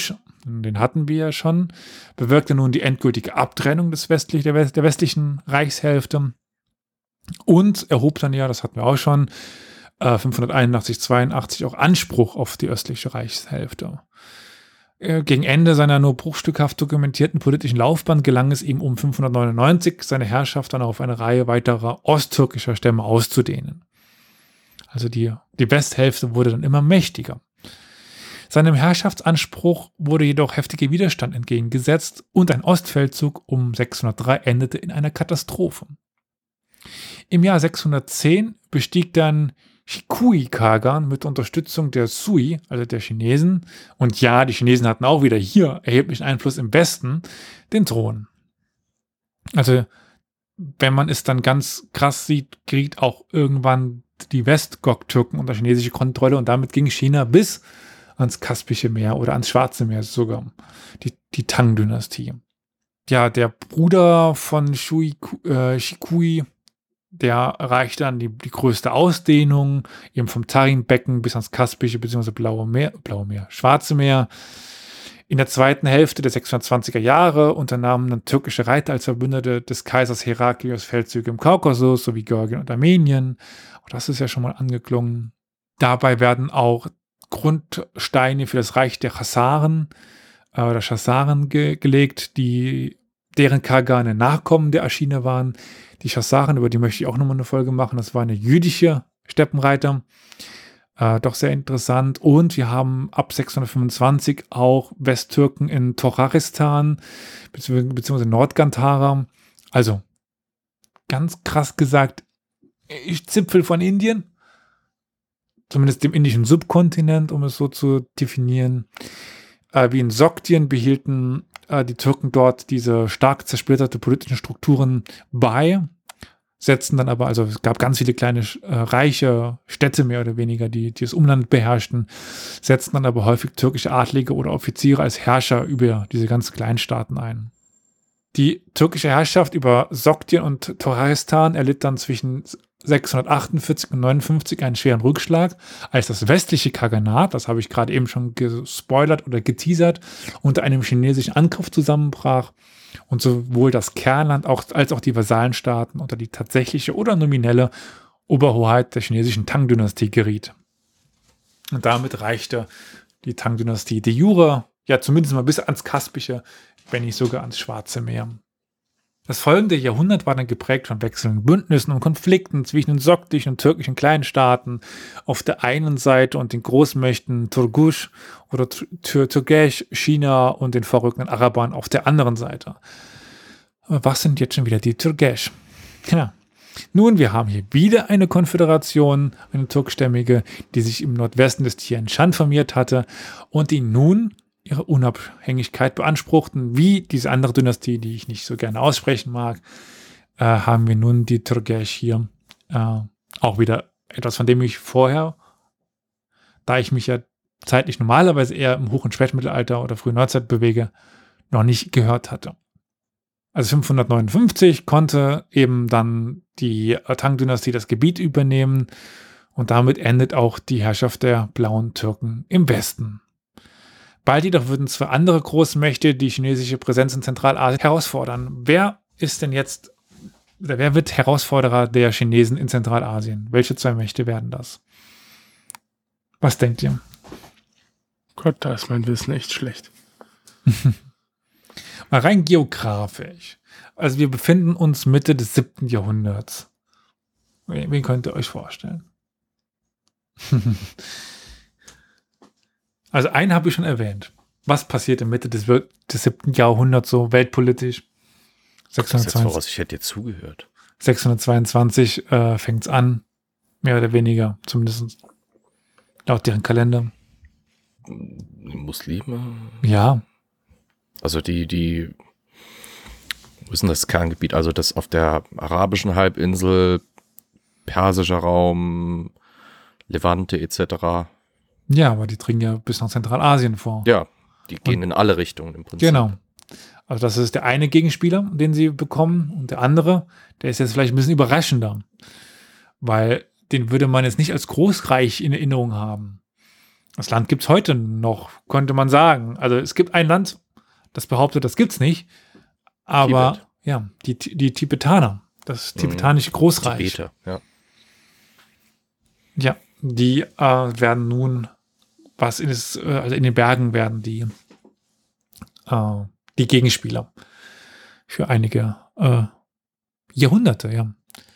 S1: den hatten wir ja schon, bewirkte nun die endgültige Abtrennung der westlichen Reichshälfte und erhob dann ja, das hatten wir auch schon, 581, 82 auch Anspruch auf die östliche Reichshälfte. Gegen Ende seiner nur bruchstückhaft dokumentierten politischen Laufbahn gelang es ihm um 599, seine Herrschaft dann auf eine Reihe weiterer osttürkischer Stämme auszudehnen. Also die Westhälfte wurde dann immer mächtiger. Seinem Herrschaftsanspruch wurde jedoch heftiger Widerstand entgegengesetzt und ein Ostfeldzug um 603 endete in einer Katastrophe. Im Jahr 610 bestieg dann Shikui Kagan mit Unterstützung der Sui, also der Chinesen, und ja, die Chinesen hatten auch wieder hier erheblichen Einfluss im Westen, den Thron. Also, wenn man es dann ganz krass sieht, geriet auch irgendwann die Westgok-Türken unter chinesische Kontrolle und damit ging China bis ans Kaspische Meer oder ans Schwarze Meer sogar, die Tang-Dynastie. Ja, der Bruder von Shikui, der erreichte dann die größte Ausdehnung, eben vom Tarim-Becken bis ans Kaspische bzw. Schwarze Meer. In der zweiten Hälfte der 620er Jahre unternahmen dann türkische Reiter als Verbündete des Kaisers Heraklios Feldzüge im Kaukasus sowie Georgien und Armenien. Auch das ist ja schon mal angeklungen. Dabei werden auch Grundsteine für das Reich der Chasaren gelegt, deren Kagane Nachkommen der Aschine waren. Die Chasaren, über die möchte ich auch nochmal eine Folge machen, das war eine jüdische Steppenreiter. Doch sehr interessant. Und wir haben ab 625 auch Westtürken in Tocharistan beziehungsweise Nordgandhara. Also ganz krass gesagt, Zipfel von Indien. Zumindest dem indischen Subkontinent, um es so zu definieren. Wie in Soktien behielten die Türken dort diese stark zersplitterte politischen Strukturen bei, setzten dann aber, also es gab ganz viele kleine reiche Städte mehr oder weniger, die das Umland beherrschten, setzten dann aber häufig türkische Adlige oder Offiziere als Herrscher über diese ganzen Kleinstaaten ein. Die türkische Herrschaft über Soktien und Tocharistan erlitt dann zwischen 648 und 59 einen schweren Rückschlag, als das westliche Kaganat, das habe ich gerade eben schon gespoilert oder geteasert, unter einem chinesischen Angriff zusammenbrach und sowohl das Kernland als auch die Vasallenstaaten unter die tatsächliche oder nominelle Oberhoheit der chinesischen Tang-Dynastie geriet. Und damit reichte die Tang-Dynastie de jure, ja zumindest mal bis ans Kaspische, wenn nicht sogar ans Schwarze Meer. Das folgende Jahrhundert war dann geprägt von wechselnden Bündnissen und Konflikten zwischen den soktischen und türkischen Kleinstaaten auf der einen Seite und den Großmächten Turgush oder Türgesh, China und den vorrückenden Arabern auf der anderen Seite. Was sind jetzt schon wieder die Türgesh? Ja. Nun, wir haben hier wieder eine Konföderation, eine turkstämmige, die sich im Nordwesten des Tien Shan formiert hatte und die nun ihre Unabhängigkeit beanspruchten, wie diese andere Dynastie, die ich nicht so gerne aussprechen mag, haben wir nun die Türgesh hier. Auch wieder etwas, von dem ich vorher, da ich mich ja zeitlich normalerweise eher im Hoch- und Spätmittelalter oder frühen Neuzeit bewege, noch nicht gehört hatte. Also 559 konnte eben dann die Tang-Dynastie das Gebiet übernehmen und damit endet auch die Herrschaft der blauen Türken im Westen. Bald jedoch würden zwei andere Großmächte die chinesische Präsenz in Zentralasien herausfordern. Wer wird Herausforderer der Chinesen in Zentralasien? Welche zwei Mächte werden das? Was denkt ihr?
S3: Gott, da ist mein Wissen echt schlecht.
S1: Mal rein geografisch. Also wir befinden uns Mitte des 7. Jahrhunderts. Wen könnt ihr euch vorstellen? Also einen habe ich schon erwähnt. Was passiert in Mitte des 7. Jahrhunderts so weltpolitisch? 622.
S2: Ich hätte dir zugehört.
S1: 622 fängt es an, mehr oder weniger, zumindest laut deren Kalender.
S2: Muslime?
S1: Ja.
S2: Also die wo ist denn das Kerngebiet? Also das auf der arabischen Halbinsel, persischer Raum, Levante etc.
S1: Ja, aber die dringen ja bis nach Zentralasien vor.
S2: Ja, die gehen in alle Richtungen im Prinzip.
S1: Genau. Also das ist der eine Gegenspieler, den sie bekommen. Und der andere, der ist jetzt vielleicht ein bisschen überraschender. Weil den würde man jetzt nicht als großreich in Erinnerung haben. Das Land gibt es heute noch, könnte man sagen. Also es gibt ein Land, das behauptet, das gibt es nicht. Aber
S2: Tibet.
S1: ja, die Tibetaner, das tibetanische Großreich.
S2: Tibeter, ja.
S1: Ja, die werden nun, also in den Bergen werden die Gegenspieler für einige Jahrhunderte, ja.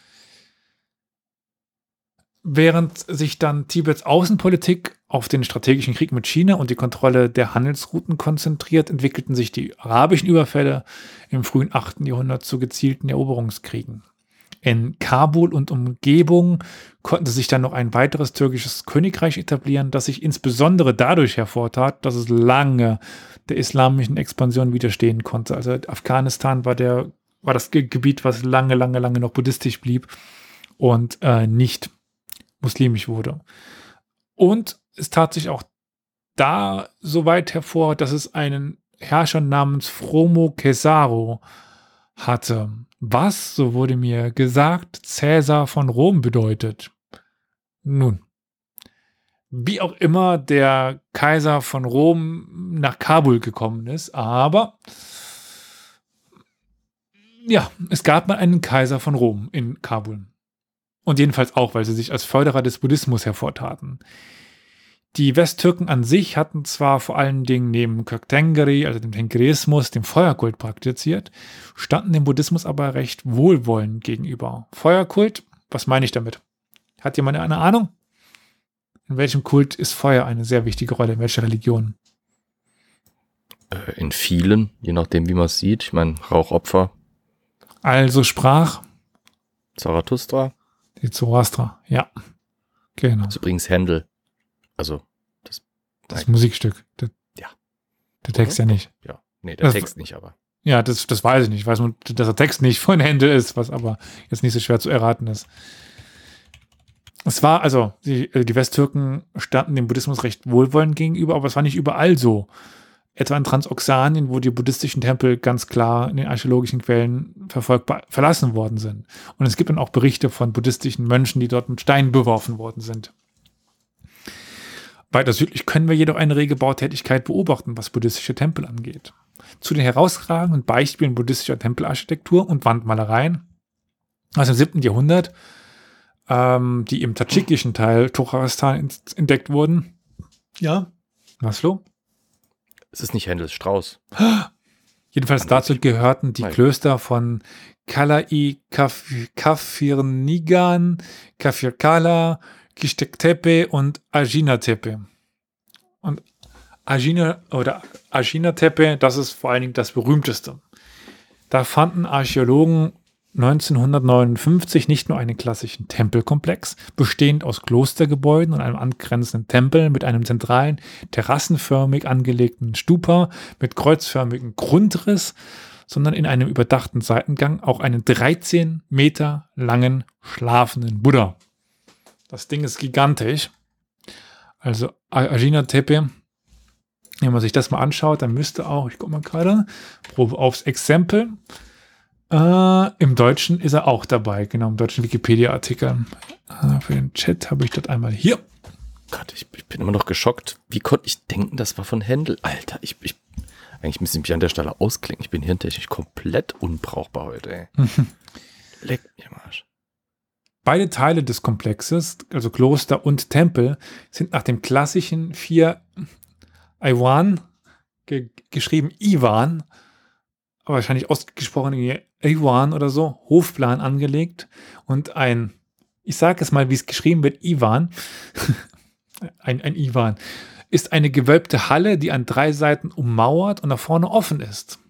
S1: Während sich dann Tibets Außenpolitik auf den strategischen Krieg mit China und die Kontrolle der Handelsrouten konzentriert, entwickelten sich die arabischen Überfälle im frühen 8. Jahrhundert zu gezielten Eroberungskriegen. In Kabul und Umgebung konnte sich dann noch ein weiteres türkisches Königreich etablieren, das sich insbesondere dadurch hervortat, dass es lange der islamischen Expansion widerstehen konnte. Also Afghanistan war das Gebiet, was lange noch buddhistisch blieb und nicht muslimisch wurde. Und es tat sich auch da so weit hervor, dass es einen Herrscher namens Fromo Cesaro hatte, was, so wurde mir gesagt, Cäsar von Rom bedeutet. Nun, wie auch immer der Kaiser von Rom nach Kabul gekommen ist, aber ja, es gab mal einen Kaiser von Rom in Kabul. Und jedenfalls auch, weil sie sich als Förderer des Buddhismus hervortaten. Die Westtürken an sich hatten zwar vor allen Dingen neben Köktengri, also dem Tengrismus, dem Feuerkult praktiziert, standen dem Buddhismus aber recht wohlwollend gegenüber. Feuerkult, was meine ich damit? Hat jemand eine Ahnung? In welchem Kult ist Feuer eine sehr wichtige Rolle? In welcher Religion?
S2: In vielen, je nachdem, wie man es sieht. Ich meine, Rauchopfer.
S1: Also sprach
S2: Zarathustra.
S1: die Zoroaster, ja. Genau.
S2: Das ist übrigens Händel. Also,
S1: das Musikstück.
S2: Ja.
S1: Der Text ja nicht.
S2: Ja, nee, der
S1: Das-
S2: Text nicht, aber.
S1: Ja, das weiß ich nicht. Ich weiß nur, dass der Text nicht von Händel ist, was aber jetzt nicht so schwer zu erraten ist. Es war, also, die Westtürken standen dem Buddhismus recht wohlwollend gegenüber, aber es war nicht überall so. Etwa in Transoxanien, wo die buddhistischen Tempel ganz klar in den archäologischen Quellen verlassen worden sind. Und es gibt dann auch Berichte von buddhistischen Mönchen, die dort mit Steinen beworfen worden sind. Weiter südlich können wir jedoch eine rege Bautätigkeit beobachten, was buddhistische Tempel angeht. Zu den herausragenden Beispielen buddhistischer Tempelarchitektur und Wandmalereien aus dem 7. Jahrhundert, die im tadschikischen Teil Turkestan entdeckt wurden. Ja, was, Flo?
S2: Es ist nicht Händel, Strauß.
S1: Jedenfalls dazu gehörten die
S2: Nein.
S1: Klöster von Kalai Kafirnigan, Kafirkala, Kishtektepe und Ajinatepe. Und Ajinatepe, das ist vor allen Dingen das berühmteste. Da fanden Archäologen 1959 nicht nur einen klassischen Tempelkomplex, bestehend aus Klostergebäuden und einem angrenzenden Tempel mit einem zentralen, terrassenförmig angelegten Stupa mit kreuzförmigem Grundriss, sondern in einem überdachten Seitengang auch einen 13 Meter langen schlafenden Buddha. Das Ding ist gigantisch. Also Ajinatepe, wenn man sich das mal anschaut, dann müsste auch, ich gucke mal gerade, aufs Exempel, im Deutschen ist er auch dabei, genau, im deutschen Wikipedia-Artikel. Für den Chat habe ich das einmal hier.
S2: Gott, ich bin immer noch geschockt. Wie konnte ich denken, das war von Händel? Alter, eigentlich müsste ich mich an der Stelle ausklinken. Ich bin hirntechnisch komplett unbrauchbar heute, ey. Leck mich am Arsch.
S1: Beide Teile des Komplexes, also Kloster und Tempel, sind nach dem klassischen 4 Iwan, geschrieben Iwan, aber wahrscheinlich ausgesprochen Iwan oder so, Hofplan angelegt und ich sage es mal, wie es geschrieben wird, Iwan, ein Iwan, ist eine gewölbte Halle, die an 3 Seiten ummauert und nach vorne offen ist.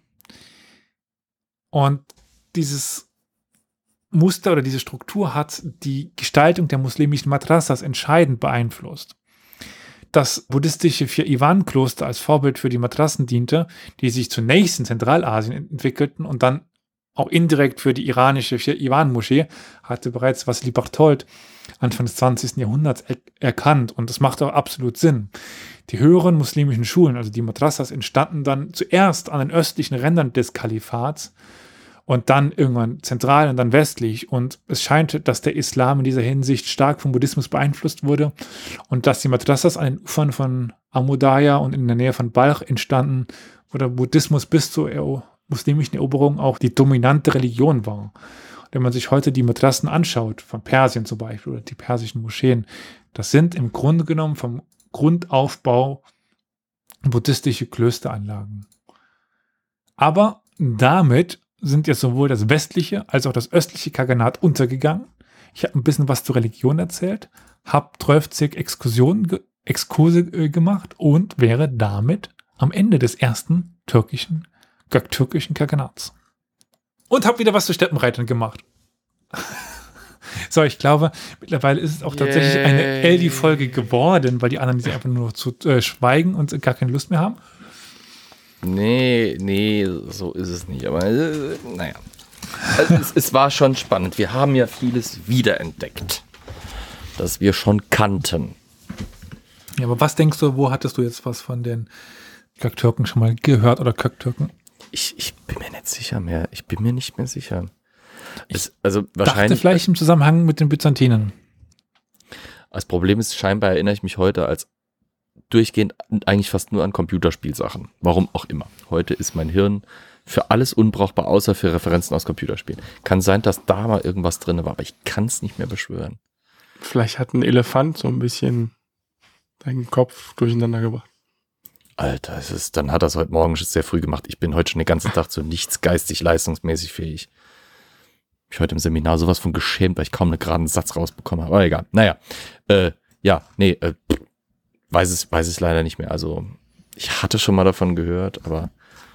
S1: Und dieses Muster oder diese Struktur hat die Gestaltung der muslimischen Madrasas entscheidend beeinflusst. Das buddhistische 4-Iwan-Kloster als Vorbild für die Madrassen diente, die sich zunächst in Zentralasien entwickelten und dann auch indirekt für die iranische 4-Iwan-Moschee, hatte bereits Wassily Barthold Anfang des 20. Jahrhunderts erkannt und das macht auch absolut Sinn. Die höheren muslimischen Schulen, also die Madrasas, entstanden dann zuerst an den östlichen Rändern des Kalifats und dann irgendwann zentral und dann westlich. Und es scheint, dass der Islam in dieser Hinsicht stark vom Buddhismus beeinflusst wurde und dass die Madrasas an den Ufern von Amu-Darya und in der Nähe von Balch entstanden, wo der Buddhismus bis zur muslimischen Eroberung auch die dominante Religion war. Wenn man sich heute die Madrassen anschaut, von Persien zum Beispiel, oder die persischen Moscheen, das sind im Grunde genommen vom Grundaufbau buddhistische Klösteranlagen. Aber damit sind jetzt sowohl das westliche als auch das östliche Kaganat untergegangen. Ich habe ein bisschen was zur Religion erzählt, habe 12 Exkurse gemacht und wäre damit am Ende des ersten göktürkischen Kaganats. Und habe wieder was zu Steppenreitern gemacht. So, ich glaube, mittlerweile ist es auch tatsächlich eine Eldi-Folge geworden, weil die anderen die einfach nur zu schweigen und gar keine Lust mehr haben.
S2: Nee, so ist es nicht. Aber naja. Also, es war schon spannend. Wir haben ja vieles wiederentdeckt, das wir schon kannten.
S1: Ja, aber was denkst du, wo hattest du jetzt was von den Göktürken schon mal gehört oder Köktürken?
S2: Ich bin mir nicht sicher mehr. Ich bin mir nicht mehr sicher.
S1: Dachte vielleicht im Zusammenhang mit den Byzantinern.
S2: Das Problem ist, scheinbar erinnere ich mich heute als durchgehend eigentlich fast nur an Computerspielsachen. Warum auch immer. Heute ist mein Hirn für alles unbrauchbar, außer für Referenzen aus Computerspielen. Kann sein, dass da mal irgendwas drin war, aber ich kann es nicht mehr beschwören.
S3: Vielleicht hat ein Elefant so ein bisschen deinen Kopf durcheinander gebracht.
S2: Alter, dann hat er es heute Morgen schon sehr früh gemacht. Ich bin heute schon den ganzen Tag zu nichts geistig leistungsmäßig fähig. Ich habe heute im Seminar sowas von geschämt, weil ich kaum einen geraden Satz rausbekommen habe. Aber egal. Naja. Weiß es leider nicht mehr. Also, ich hatte schon mal davon gehört, aber.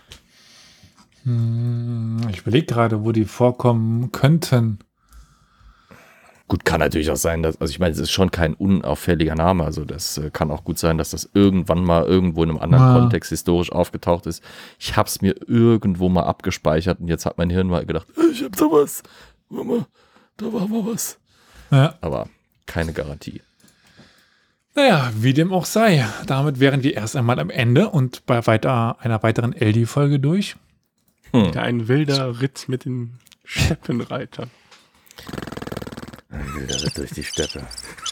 S1: Ich überlege gerade, wo die vorkommen könnten.
S2: Gut, kann natürlich auch sein, dass, also ich meine, es ist schon kein unauffälliger Name. Also, das kann auch gut sein, dass das irgendwann mal irgendwo in einem anderen Kontext historisch aufgetaucht ist. Ich habe es mir irgendwo mal abgespeichert und jetzt hat mein Hirn mal gedacht, ich hab sowas. Mama, da war mal was.
S1: Ja.
S2: Aber keine Garantie.
S1: Naja, wie dem auch sei. Damit wären wir erst einmal am Ende und bei einer weiteren Eldi-Folge durch.
S3: Wieder ein wilder Ritt mit den Steppenreitern.
S2: Ein wilder Ritt durch die Steppe.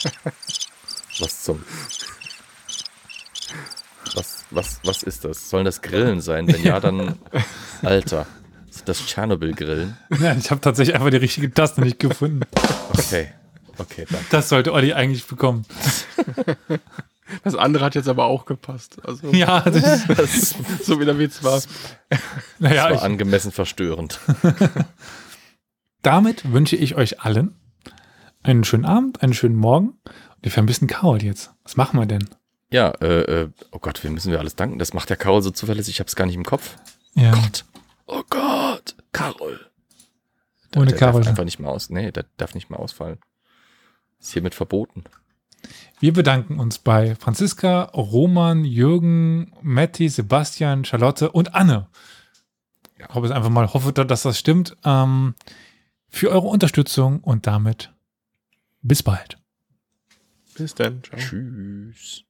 S2: Was ist das? Sollen das Grillen sein? Wenn ja, dann, Alter, ist das Tschernobyl-Grillen?
S1: Ja, ich habe tatsächlich einfach die richtige Taste nicht gefunden.
S2: Okay, danke.
S1: Das sollte Olli eigentlich bekommen.
S3: Das andere hat jetzt aber auch gepasst. Also,
S1: Ja,
S3: das so wie der Witz war.
S1: Naja,
S2: Das war angemessen verstörend.
S1: Damit wünsche ich euch allen einen schönen Abend, einen schönen Morgen. Und wir vermissen Carol jetzt. Was machen wir denn?
S2: Ja, oh Gott, wem müssen wir alles danken? Das macht der Carol so zuverlässig, ich habe es gar nicht im Kopf.
S1: Ja.
S2: Oh Gott, Carol.
S1: Ohne Carol.
S2: Darf einfach nicht mehr der darf nicht mehr ausfallen. Ist hiermit verboten.
S1: Wir bedanken uns bei Franziska, Roman, Jürgen, Matti, Sebastian, Charlotte und Anne. Ich hoffe, dass das stimmt. Für eure Unterstützung und damit bis bald.
S3: Bis dann. Ciao.
S2: Tschüss.